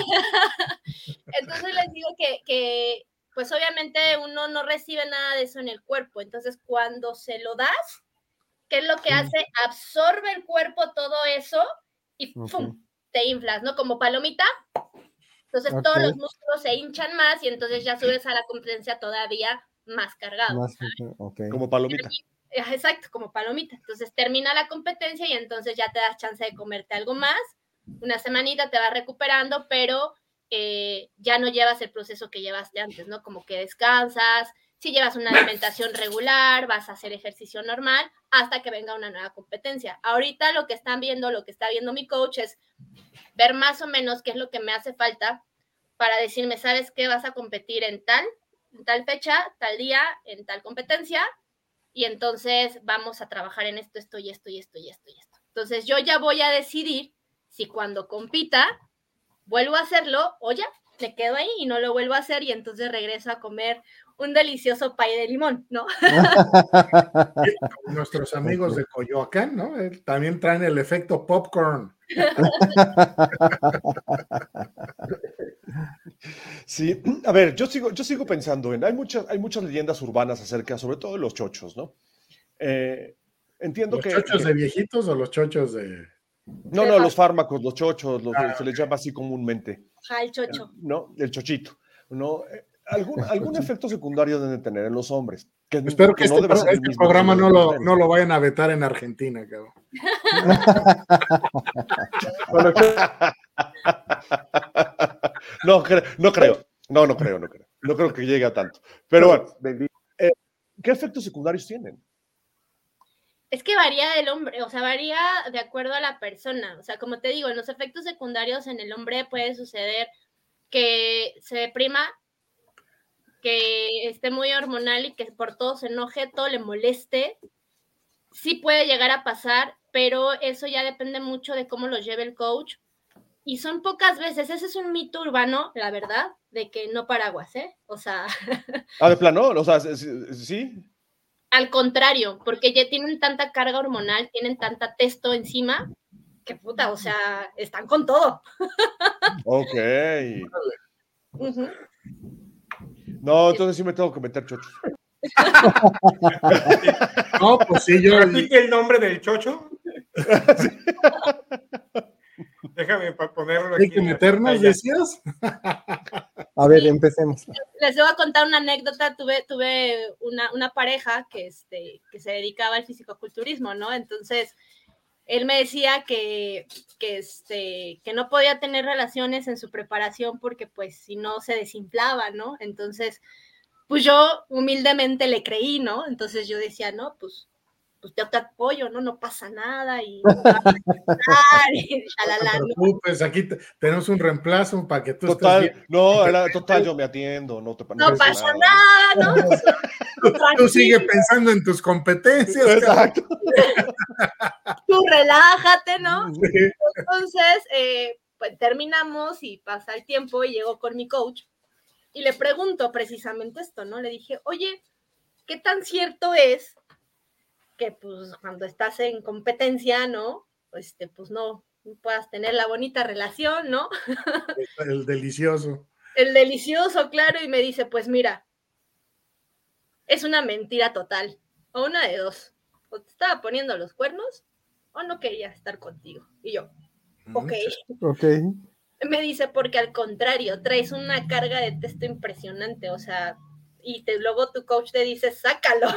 Entonces les digo que, que, pues obviamente uno no recibe nada de eso en el cuerpo. Entonces cuando se lo das, ¿qué es lo que hace? Absorbe el cuerpo todo eso y ¡pum! Ok. Te inflas, ¿no? Como palomita. Entonces Ok. todos los músculos se hinchan más y entonces ya subes a la competencia todavía más cargado. Más, ok. Como palomita. Exacto, como palomita. Entonces termina la competencia y entonces ya te das chance de comerte algo más. Una semanita te vas recuperando, pero eh, ya no llevas el proceso que llevaste antes, ¿no? Como que descansas, si llevas una alimentación regular, vas a hacer ejercicio normal hasta que venga una nueva competencia. Ahorita lo que están viendo, lo que está viendo mi coach es ver más o menos qué es lo que me hace falta para decirme, ¿sabes qué? Vas a competir en tal, en tal fecha, tal día, en tal competencia, y entonces vamos a trabajar en esto, esto y esto y esto y esto y esto. Entonces yo ya voy a decidir si cuando compita vuelvo a hacerlo o ya me quedo ahí y no lo vuelvo a hacer y entonces regreso a comer un delicioso pay de limón, ¿no? Nuestros amigos de Coyoacán, ¿no? Eh, También traen el efecto popcorn. Sí, a ver, yo sigo, yo sigo pensando en, hay muchas, hay muchas leyendas urbanas acerca, sobre todo de los chochos, ¿no? Eh, entiendo ¿Los que, chochos que- de viejitos o los chochos de...? no, no, los fármacos, los chochos, los, Ah, se les llama así comúnmente, Ajá, el chocho. ¿no? El chochito, ¿no? Eh, algún, algún efecto secundario deben de tener en los hombres, que, Espero que, que no este, debe pro- ser el este mismo que programa en no las lo, mujeres. no lo vayan a vetar en Argentina, cabrón. Bueno, No, cre- no creo, no, no creo, no creo, no creo que llegue a tanto. Pero bueno, bendito. ¿qué efectos secundarios tienen? Es que varía del hombre, o sea, varía de acuerdo a la persona. O sea, como te digo, en los efectos secundarios en el hombre puede suceder que se deprima, que esté muy hormonal y que por todo se enoje, todo le moleste. Sí puede llegar a pasar, pero eso ya depende mucho de cómo lo lleve el coach. Y son pocas veces, ese es un mito urbano, la verdad, de que no paraguas, ¿eh? O sea, Ah, de plano, o sea, sí, sí. al contrario, porque ya tienen tanta carga hormonal, tienen tanta testo encima, que puta, o sea, están con todo. Ok. Ujú. No, entonces sí me tengo que meter chochos. No, pues sí, yo... Repite el nombre del chocho. Déjame pa- ponerlo ¿Hay aquí que en la meternos, pantalla. decías? A ver, empecemos. Les voy a contar una anécdota. Tuve, tuve una, una pareja que, este, que se dedicaba al fisicoculturismo, ¿no? Entonces, él me decía que, que, este, que no podía tener relaciones en su preparación porque, pues, si no, se desinflaba, ¿no? Entonces, pues yo humildemente le creí, ¿no? Entonces yo decía, no, pues, pues yo te apoyo, ¿no? No pasa nada y no te vas a quitar, y No shalala, te ¿no? preocupes, aquí te- tenemos un reemplazo para que tú estés Total, bien. no, era, total, yo me atiendo, no te no No pasa pasa nada. nada, ¿no? O sea, Tú, tú tranquilo. sigue pensando en tus competencias, cabrón. Exacto. Tú relájate, ¿no? Sí. Entonces, eh, pues terminamos y pasa el tiempo y llego con mi coach y le pregunto precisamente esto, ¿no? Le dije, oye, ¿qué tan cierto es que pues cuando estás en competencia, ¿no? Este, pues no, no puedas tener la bonita relación, ¿no? El delicioso. El delicioso, claro, y me dice, pues mira, es una mentira total, o una de dos, o te estaba poniendo los cuernos o no quería estar contigo. Y yo, ok. Ok. Me dice, porque al contrario, traes una carga de texto impresionante, o sea, y te, luego tu coach te dice, sácalo.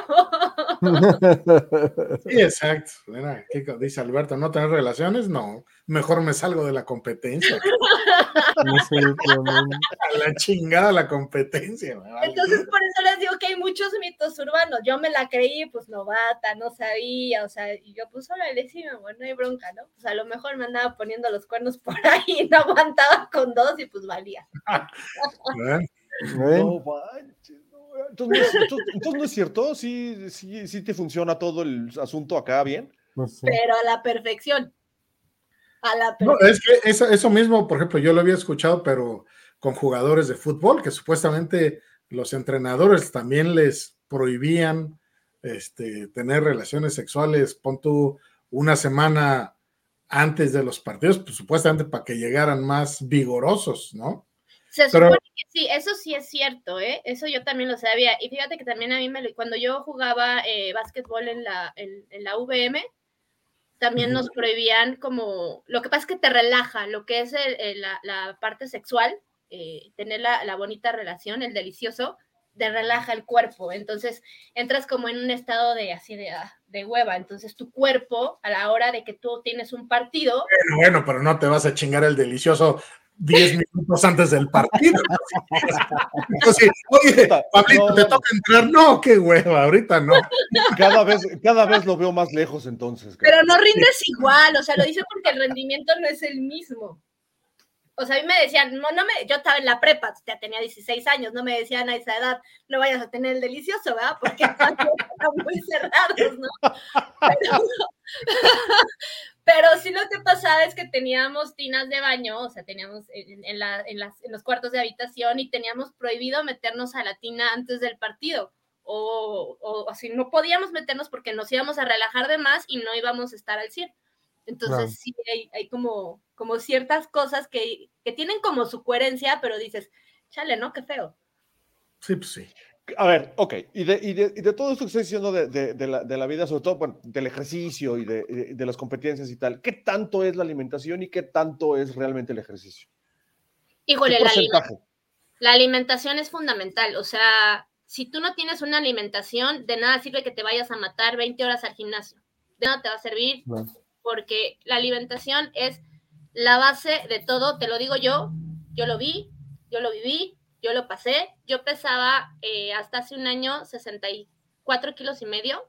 Sí, exacto. Mira, ¿qué dice Alberto? ¿No tener relaciones? No. Mejor me salgo de la competencia. No sé, tremendo. A la chingada la competencia. me vale. Entonces, por eso les digo que hay muchos mitos urbanos. Yo me la creí, pues novata, no sabía, o sea, y yo, pues órale, sí, mi amor, no hay bronca, ¿no? Pues a lo mejor me andaba poniendo los cuernos por ahí, no aguantaba con dos y pues valía. ¿Verdad? No manches, no, entonces, no es, entonces, entonces no es cierto, sí, sí, sí te funciona todo el asunto acá bien. No sé. Pero a la perfección. A la No, perfección. es que eso, eso mismo, por ejemplo, yo lo había escuchado, pero con jugadores de fútbol, que supuestamente los entrenadores también les prohibían este, tener relaciones sexuales, pon tú una semana antes de los partidos, pues supuestamente para que llegaran más vigorosos, ¿no? Se Pero- supone que sí, eso sí es cierto, ¿eh? Eso yo también lo sabía. Y fíjate que también a mí, me lo- cuando yo jugaba eh, básquetbol en la, en, en la U V M, también nos prohibían como, lo que pasa es que te relaja, lo que es el, el, la, la parte sexual, eh, tener la, la bonita relación, el delicioso, te relaja el cuerpo, entonces entras como en un estado de así de, de hueva, entonces tu cuerpo a la hora de que tú tienes un partido, Bueno, bueno, pero no te vas a chingar el delicioso diez minutos antes del partido. Entonces, oye, Puta, Pablito, no, ¿te no. toca entrar? No, qué hueva, ahorita no. Cada vez, cada vez lo veo más lejos entonces. pero cabrón. no rindes igual, o sea, lo dice porque el rendimiento no es el mismo. O sea, a mí me decían, no, no me, yo estaba en la prepa, ya tenía dieciséis años, no me decían a esa edad, no vayas a tener el delicioso, ¿verdad? Porque están muy cerrados, ¿no? Pero, Pero sí lo que pasaba es que teníamos tinas de baño, o sea, teníamos en, en, la, en, las, en los cuartos de habitación y teníamos prohibido meternos a la tina antes del partido. O, o, o si no podíamos meternos porque nos íbamos a relajar de más y no íbamos a estar al cien. Entonces claro. sí hay, hay como, como ciertas cosas que, que tienen como su coherencia, pero dices, chale, ¿no? Qué feo. Sí, pues sí. A ver, ok, y de, y de, y de todo esto que estoy diciendo de, de, de, la, de la vida, sobre todo bueno, del ejercicio y de, de, de las competencias y tal, ¿qué tanto es la alimentación y qué tanto es realmente el ejercicio? Híjole, la, aliment la alimentación es fundamental, o sea, si tú no tienes una alimentación, de nada sirve que te vayas a matar veinte horas al gimnasio, de nada te va a servir, no. Porque la alimentación es la base de todo, te lo digo yo, yo lo vi, yo lo viví, yo lo pasé, yo pesaba eh, hasta hace un año sesenta y cuatro kilos y medio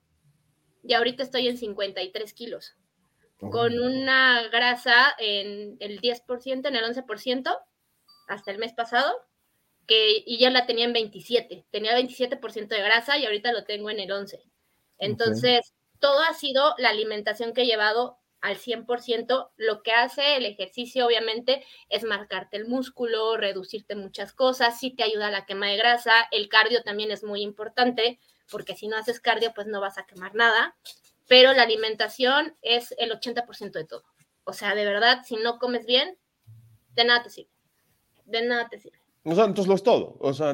y ahorita estoy en cincuenta y tres kilos, oh. Con una grasa en el diez por ciento, en el once por ciento, hasta el mes pasado, que, y ya la tenía en veintisiete, tenía veintisiete por ciento de grasa y ahorita lo tengo en el once. Entonces, okay. Todo ha sido la alimentación que he llevado al cien por ciento. Lo que hace el ejercicio, obviamente, es marcarte el músculo, reducirte muchas cosas, sí te ayuda a la quema de grasa. El cardio también es muy importante, porque si no haces cardio, pues no vas a quemar nada. Pero la alimentación es el ochenta por ciento de todo. O sea, de verdad, si no comes bien, de nada te sirve. De nada te sirve. O sea, entonces lo es todo. O sea...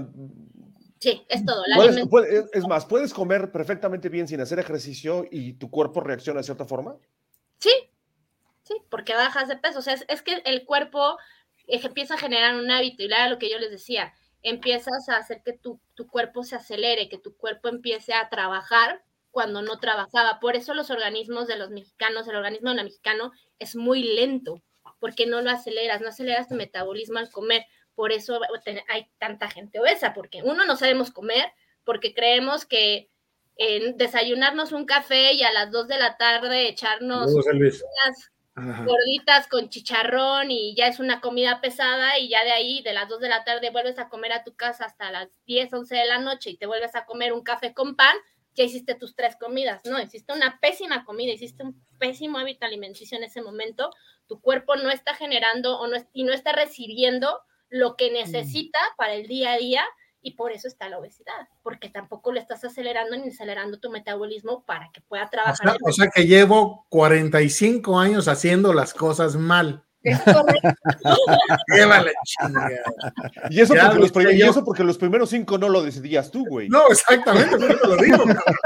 Sí, es todo. La ¿Puedes, puedes, es más, ¿puedes comer perfectamente bien sin hacer ejercicio y tu cuerpo reacciona de cierta forma? Sí, sí, porque bajas de peso. O sea, es, es que el cuerpo empieza a generar un hábito, y era lo que yo les decía, empiezas a hacer que tu, tu cuerpo se acelere, que tu cuerpo empiece a trabajar cuando no trabajaba. Por eso los organismos de los mexicanos, el organismo de un mexicano es muy lento, porque no lo aceleras, no aceleras tu metabolismo al comer. Por eso hay tanta gente obesa, porque uno, no sabemos comer, porque creemos que eh, desayunarnos un café y a las dos de la tarde echarnos unas Ajá. gorditas con chicharrón y ya es una comida pesada, y ya de ahí, de las dos de la tarde, vuelves a comer a tu casa hasta las diez, once de la noche y te vuelves a comer un café con pan, ya hiciste tus tres comidas. No, hiciste una pésima comida, hiciste un pésimo hábito alimenticio en ese momento, tu cuerpo no está generando o no, y no está recibiendo lo que necesita para el día a día, y por eso está la obesidad, porque tampoco le estás acelerando ni acelerando tu metabolismo para que pueda trabajar. O sea, o sea que llevo cuarenta y cinco años haciendo las cosas mal. Es correcto. Llévale chingada. Y eso, porque los, yo... y eso porque los primeros cinco no lo decidías tú, güey. No, exactamente, por eso lo digo.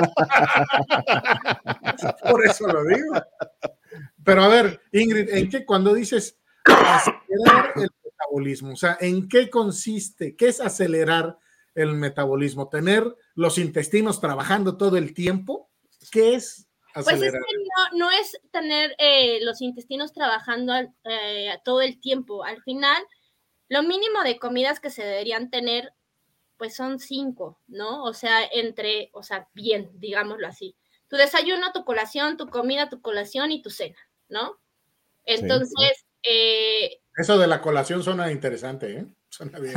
Por eso lo digo. Pero a ver, Ingrid, ¿en qué cuando dices acelerar el metabolismo? O sea, ¿en qué consiste? ¿Qué es acelerar el metabolismo? ¿Tener los intestinos trabajando todo el tiempo? ¿Qué es acelerar? Pues es que no, no es tener eh, los intestinos trabajando eh, todo el tiempo. Al final, lo mínimo de comidas que se deberían tener, pues son cinco, ¿no? O sea, entre, o sea, bien, digámoslo así. Tu desayuno, tu colación, tu comida, tu colación y tu cena, ¿no? Entonces, sí. eh, Eso de la colación suena interesante, ¿eh? Suena bien.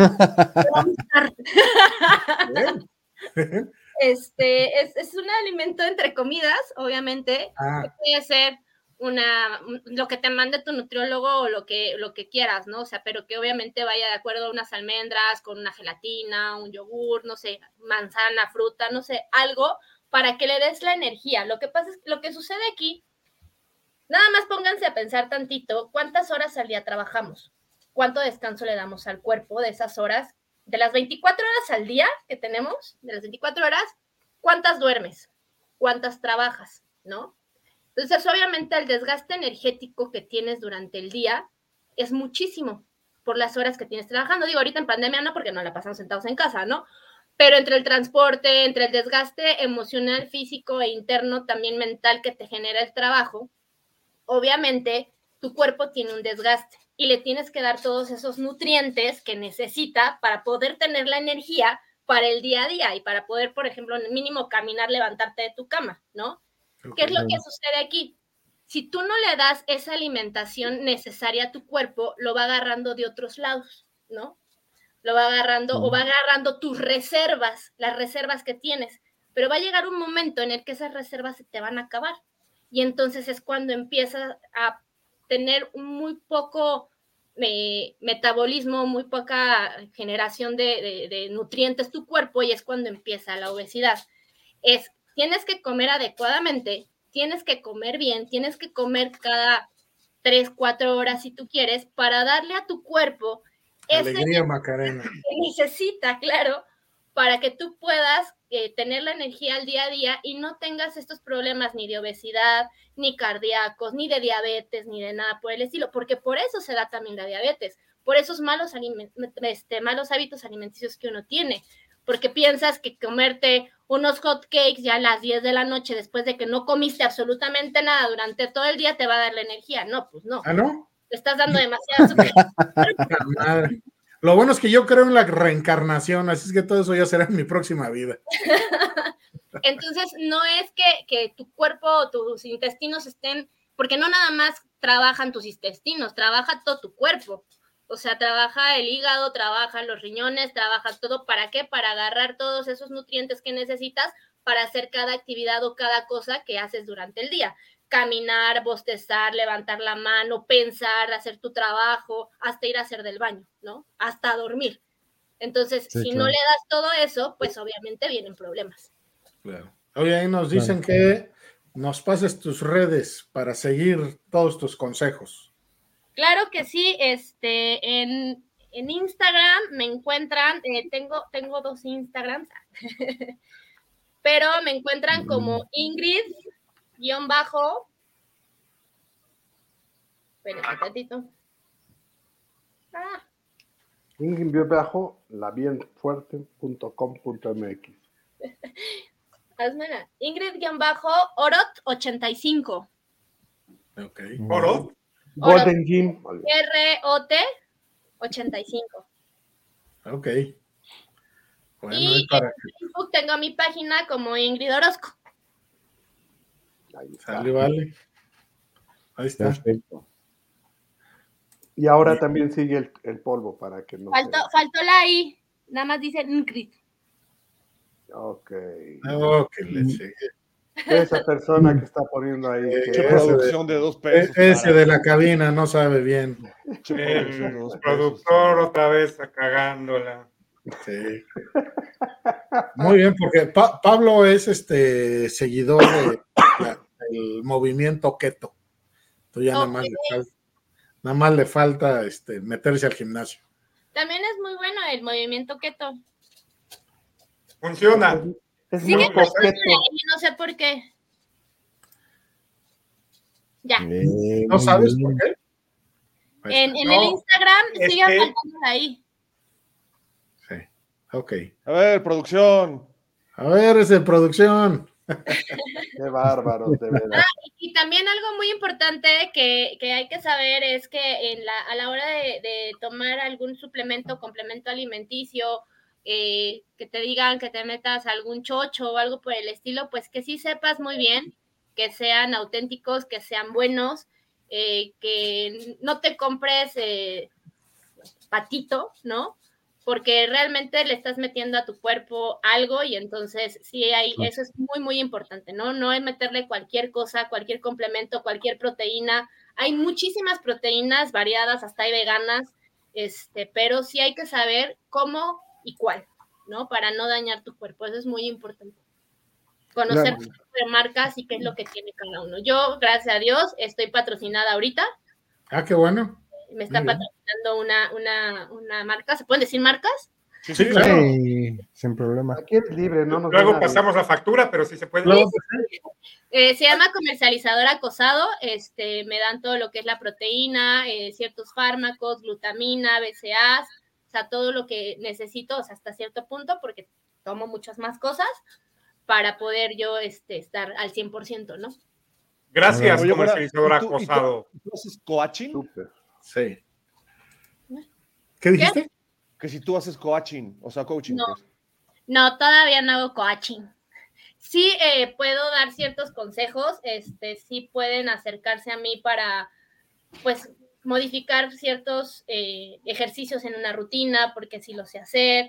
bien. Este, es, es un alimento entre comidas, obviamente, ah. que puede ser una, lo que te mande tu nutriólogo o lo que, lo que quieras, ¿no? O sea, pero que obviamente vaya de acuerdo a unas almendras, con una gelatina, un yogur, no sé, manzana, fruta, no sé, algo para que le des la energía. Lo que pasa es que lo que sucede aquí, nada más pónganse a pensar tantito, ¿cuántas horas al día trabajamos? ¿Cuánto descanso le damos al cuerpo de esas horas? De las veinticuatro horas al día que tenemos, de las veinticuatro horas, ¿cuántas duermes? ¿Cuántas trabajas? ¿No? Entonces, obviamente, el desgaste energético que tienes durante el día es muchísimo por las horas que tienes trabajando. Digo, ahorita en pandemia no, porque no la pasamos sentados en casa, ¿no? Pero entre el transporte, entre el desgaste emocional, físico e interno, también mental que te genera el trabajo, obviamente tu cuerpo tiene un desgaste y le tienes que dar todos esos nutrientes que necesita para poder tener la energía para el día a día y para poder, por ejemplo, en el mínimo caminar, levantarte de tu cama, ¿no? Okay. ¿Qué es lo que sucede aquí? Si tú no le das esa alimentación necesaria a tu cuerpo, lo va agarrando de otros lados, ¿no? Lo va agarrando uh-huh. o va agarrando tus reservas, las reservas que tienes, pero va a llegar un momento en el que esas reservas se te van a acabar. y entonces es cuando empieza a tener muy poco eh, metabolismo, muy poca generación de, de, de nutrientes tu cuerpo, y es cuando empieza la obesidad. Es, tienes que comer adecuadamente, tienes que comer bien, tienes que comer cada tres, cuatro horas si tú quieres, para darle a tu cuerpo Alegría, ese Macarena. que necesita, claro, para que tú puedas eh, tener la energía al día a día y no tengas estos problemas ni de obesidad, ni cardíacos, ni de diabetes, ni de nada por el estilo, porque por eso se da también la diabetes, por esos malos, aliment- este, malos hábitos alimenticios que uno tiene, porque piensas que comerte unos hot cakes ya a las diez de la noche después de que no comiste absolutamente nada durante todo el día te va a dar la energía. No, pues no. ¿Ah, no? Te estás dando demasiada azúcar. Madre. Lo bueno es que yo creo en la reencarnación, así es que todo eso ya será en mi próxima vida. Entonces, no es que, que tu cuerpo o tus intestinos estén, porque no nada más trabajan tus intestinos, trabaja todo tu cuerpo. O sea, trabaja el hígado, trabaja los riñones, trabaja todo. ¿Para qué? Para agarrar todos esos nutrientes que necesitas para hacer cada actividad o cada cosa que haces durante el día. Caminar, bostezar, levantar la mano, pensar, hacer tu trabajo, hasta ir a hacer del baño, ¿no? Hasta dormir. Entonces, sí, si claro. no le das todo eso, pues obviamente vienen problemas. Claro. Oye, ahí nos dicen claro. que nos pases tus redes para seguir todos tus consejos. Claro que sí, este, en, en Instagram me encuentran, eh, tengo, tengo dos Instagrams, pero me encuentran como Ingrid, guión bajo, espérenme un ratito. Ah. Ingrid, guión bajo, la bien fuerte punto com punto m x. Hazmela. Ingrid, guión bajo, Orot ochenta y cinco. Ok. Orot. Golden Gym. R O T ochenta y cinco. Ok. Bueno, y para... en Facebook tengo mi página como Ingrid Orozco. Ahí está. Sale, vale. Ahí está. Perfecto. Y ahora también sigue el, el polvo para que no. Faltó, se... faltó la I. Nada más dice Ingrid. Ok. Oh, que le sigue. Esa persona que está poniendo ahí. Eh, que producción de, de dos pesos. Ese para... de la cabina no sabe bien. El productor otra vez cagándola. Sí. Muy bien, porque pa Pablo es este seguidor del de movimiento keto. Entonces ya okay. nada, más le falta, nada más le falta este, meterse al gimnasio. También es muy bueno el movimiento keto. Funciona. Es Sigue muy funcionando y no sé por qué. Ya. Bien, ¿no sabes por qué? En, en no, el Instagram sigue que... faltando ahí. Sí, ok. A ver, producción. A ver, es de producción. Qué bárbaros, de verdad. Ah, y, y también algo muy importante que, que hay que saber es que en la, a la hora de, de tomar algún suplemento, complemento alimenticio, eh, que te digan que te metas algún chocho o algo por el estilo, pues que sí sepas muy bien, que sean auténticos, que sean buenos, eh, que no te compres eh, patito, ¿no? Porque realmente le estás metiendo a tu cuerpo algo y entonces sí hay, eso es muy, muy importante, ¿no? No es meterle cualquier cosa, cualquier complemento, cualquier proteína. Hay muchísimas proteínas variadas, hasta hay veganas, este, pero sí hay que saber cómo y cuál, ¿no? Para no dañar tu cuerpo, eso es muy importante. Conocer claro. de marcas y qué es lo que tiene cada uno. Yo, gracias a Dios, estoy patrocinada ahorita. Ah, qué bueno. Me está Muy patrocinando una, una, una marca. ¿Se pueden decir marcas? Sí, sí, claro. Sí, sin problema. Aquí es libre, no nos Luego pasamos la factura, pero sí se puede. Sí, sí. Eh, se llama Comercializador Acosado. Este, me dan todo lo que es la proteína, eh, ciertos fármacos, glutamina, B C A as, o sea, todo lo que necesito, o sea, hasta cierto punto, porque tomo muchas más cosas para poder yo este, estar al cien por ciento, ¿no? Gracias, Oye, Comercializador ¿y tú, Acosado. ¿Y tú, tú haces coaching? Súper. Sí. ¿Qué dijiste? ¿Qué? Que si tú haces coaching, o sea, coaching. No, pues. no todavía no hago coaching. Sí eh, puedo dar ciertos consejos, este, sí pueden acercarse a mí para, pues, modificar ciertos eh, ejercicios en una rutina, porque sí lo sé hacer,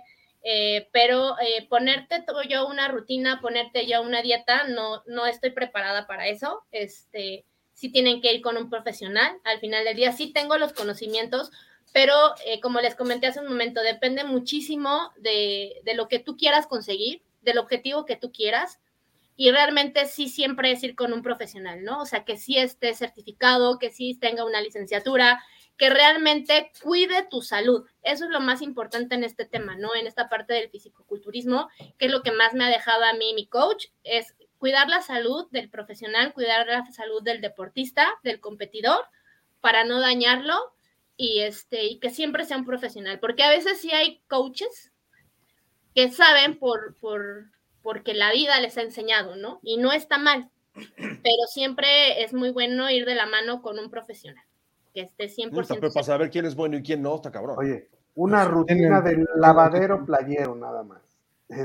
Eh, pero eh, ponerte todo yo una rutina, ponerte yo una dieta, no, no estoy preparada para eso. Este, sí tienen que ir con un profesional. Al final del día sí tengo los conocimientos, pero eh, como les comenté hace un momento, depende muchísimo de, de lo que tú quieras conseguir, del objetivo que tú quieras, y realmente sí siempre es ir con un profesional, ¿no? O sea, que sí esté certificado, que sí tenga una licenciatura, que realmente cuide tu salud. Eso es lo más importante en este tema, ¿no? En esta parte del fisicoculturismo, que es lo que más me ha dejado a mí mi coach, es cuidar la salud del profesional, cuidar la salud del deportista, del competidor, para no dañarlo y, este, y que siempre sea un profesional. Porque a veces sí hay coaches que saben por, por, porque la vida les ha enseñado, ¿no? Y no está mal, pero siempre es muy bueno ir de la mano con un profesional. Que esté cien por ciento. Puta, pero para saber quién es bueno y quién no, está cabrón. Oye, una rutina del lavadero playero, nada más. He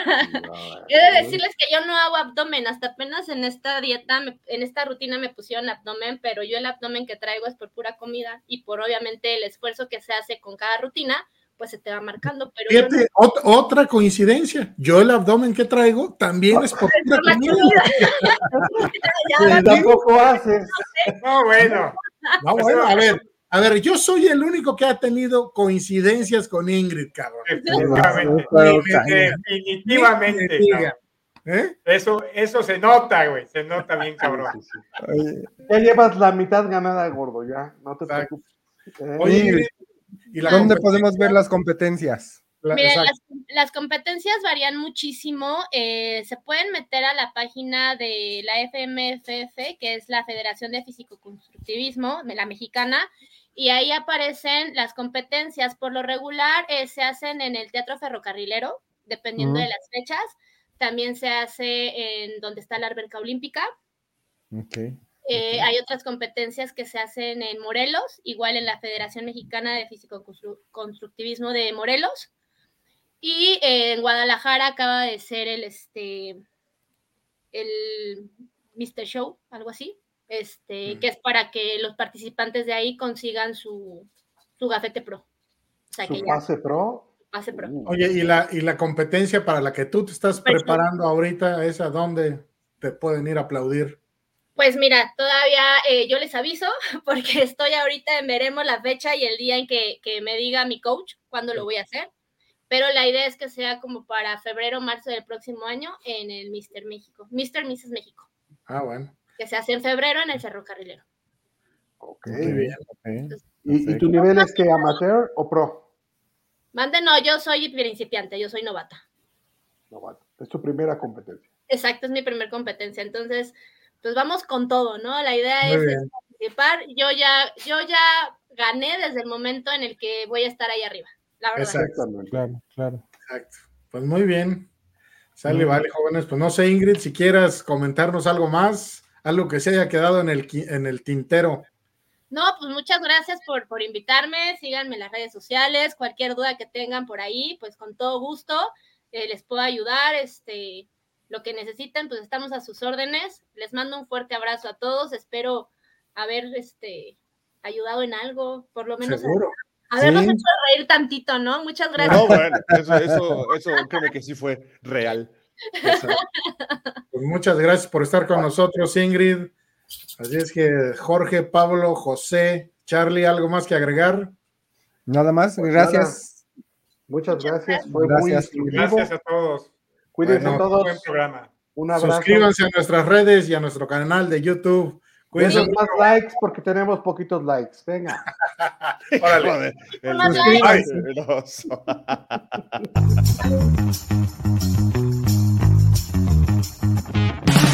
de decirles que yo no hago abdomen, hasta apenas en esta dieta, me, en esta rutina me pusieron abdomen, pero yo el abdomen que traigo es por pura comida y por obviamente el esfuerzo que se hace con cada rutina, pues se te va marcando. Pero Fíjate, yo no... ot- otra coincidencia, yo el abdomen que traigo también es por pura por la comida. comida. Sí, tampoco haces. No, bueno. No, bueno, a ver, a ver, yo soy el único que ha tenido coincidencias con Ingrid, cabrón. Definitivamente. Pero, Definitivamente. Ni me cabrón. diga, ¿eh? Eso, eso se nota, güey. Se nota bien, cabrón. Sí, sí, sí. Oye, Ya llevas la mitad ganada, gordo, ya. No te Exacto. preocupes. Eh, Oye, Ingrid, Ingrid, ¿y la ¿dónde competencia? podemos ver las competencias? La- Miren, exacto. las, las competencias varían muchísimo. Eh, se pueden meter a la página de la F M F F, que es la Federación de Fisicoculturismo, la mexicana, y ahí aparecen las competencias. Por lo regular eh, se hacen en el Teatro Ferrocarrilero, dependiendo Uh-huh. de las fechas. También se hace en donde está la alberca olímpica. Okay. Eh, hay otras competencias que se hacen en Morelos, igual en la Federación Mexicana de Fisicoculturismo de Morelos. Y eh, en Guadalajara acaba de ser el, este, el mister Show, algo así, este, mm. que es para que los participantes de ahí consigan su, su gafete pro. O sea, ¿Su que pase ya, pro? Pase pro. Uh. Oye, ¿y la, y la competencia para la que tú te estás Pues, preparando ahorita, es a dónde te pueden ir a aplaudir? Pues mira, todavía eh, yo les aviso, porque estoy ahorita en veremos la fecha y el día en que, que me diga mi coach cuándo sí. lo voy a hacer. Pero la idea es que sea como para febrero, marzo del próximo año en el mister México, mister Misses México. Ah, bueno. Que se hace en febrero en el Ferrocarrilero. Ok. Muy bien. Okay. Entonces, ¿Y, ¿Y tu nivel es que amateur o pro? Mande, no, yo soy principiante, yo soy novata. Novata. Es tu primera competencia. Exacto, es mi primer competencia. Entonces, pues vamos con todo, ¿no? La idea Muy es, bien. es participar. Yo ya, yo ya gané desde el momento en el que voy a estar ahí arriba. La verdad. Exactamente. Claro, claro. Exacto. Pues muy bien. Sale, mm. vale, jóvenes. Pues no sé, Ingrid, si quieras comentarnos algo más, algo que se haya quedado en el, en el tintero. No, pues muchas gracias por, por invitarme. Síganme en las redes sociales. Cualquier duda que tengan por ahí, pues con todo gusto eh, les puedo ayudar. Este, lo que necesiten, pues estamos a sus órdenes. Les mando un fuerte abrazo a todos. Espero haber este, ayudado en algo, por lo menos. Seguro. A Habernos sí. hecho reír tantito, ¿no? Muchas gracias. No, bueno, eso, eso, eso créeme que sí fue real. Pues muchas gracias por estar con nosotros, Ingrid. Así es que Jorge, Pablo, José, Charlie, ¿algo más que agregar? Nada más, pues gracias. Nada. Muchas, Muchas gracias. gracias. Fue gracias. muy Gracias a todos. Cuídense bueno, todos. Buen programa. Un abrazo. Suscríbanse a nuestras redes y a nuestro canal de YouTube. Cuídense más likes porque tenemos poquitos likes. Venga. Órale. El Suscríbanse.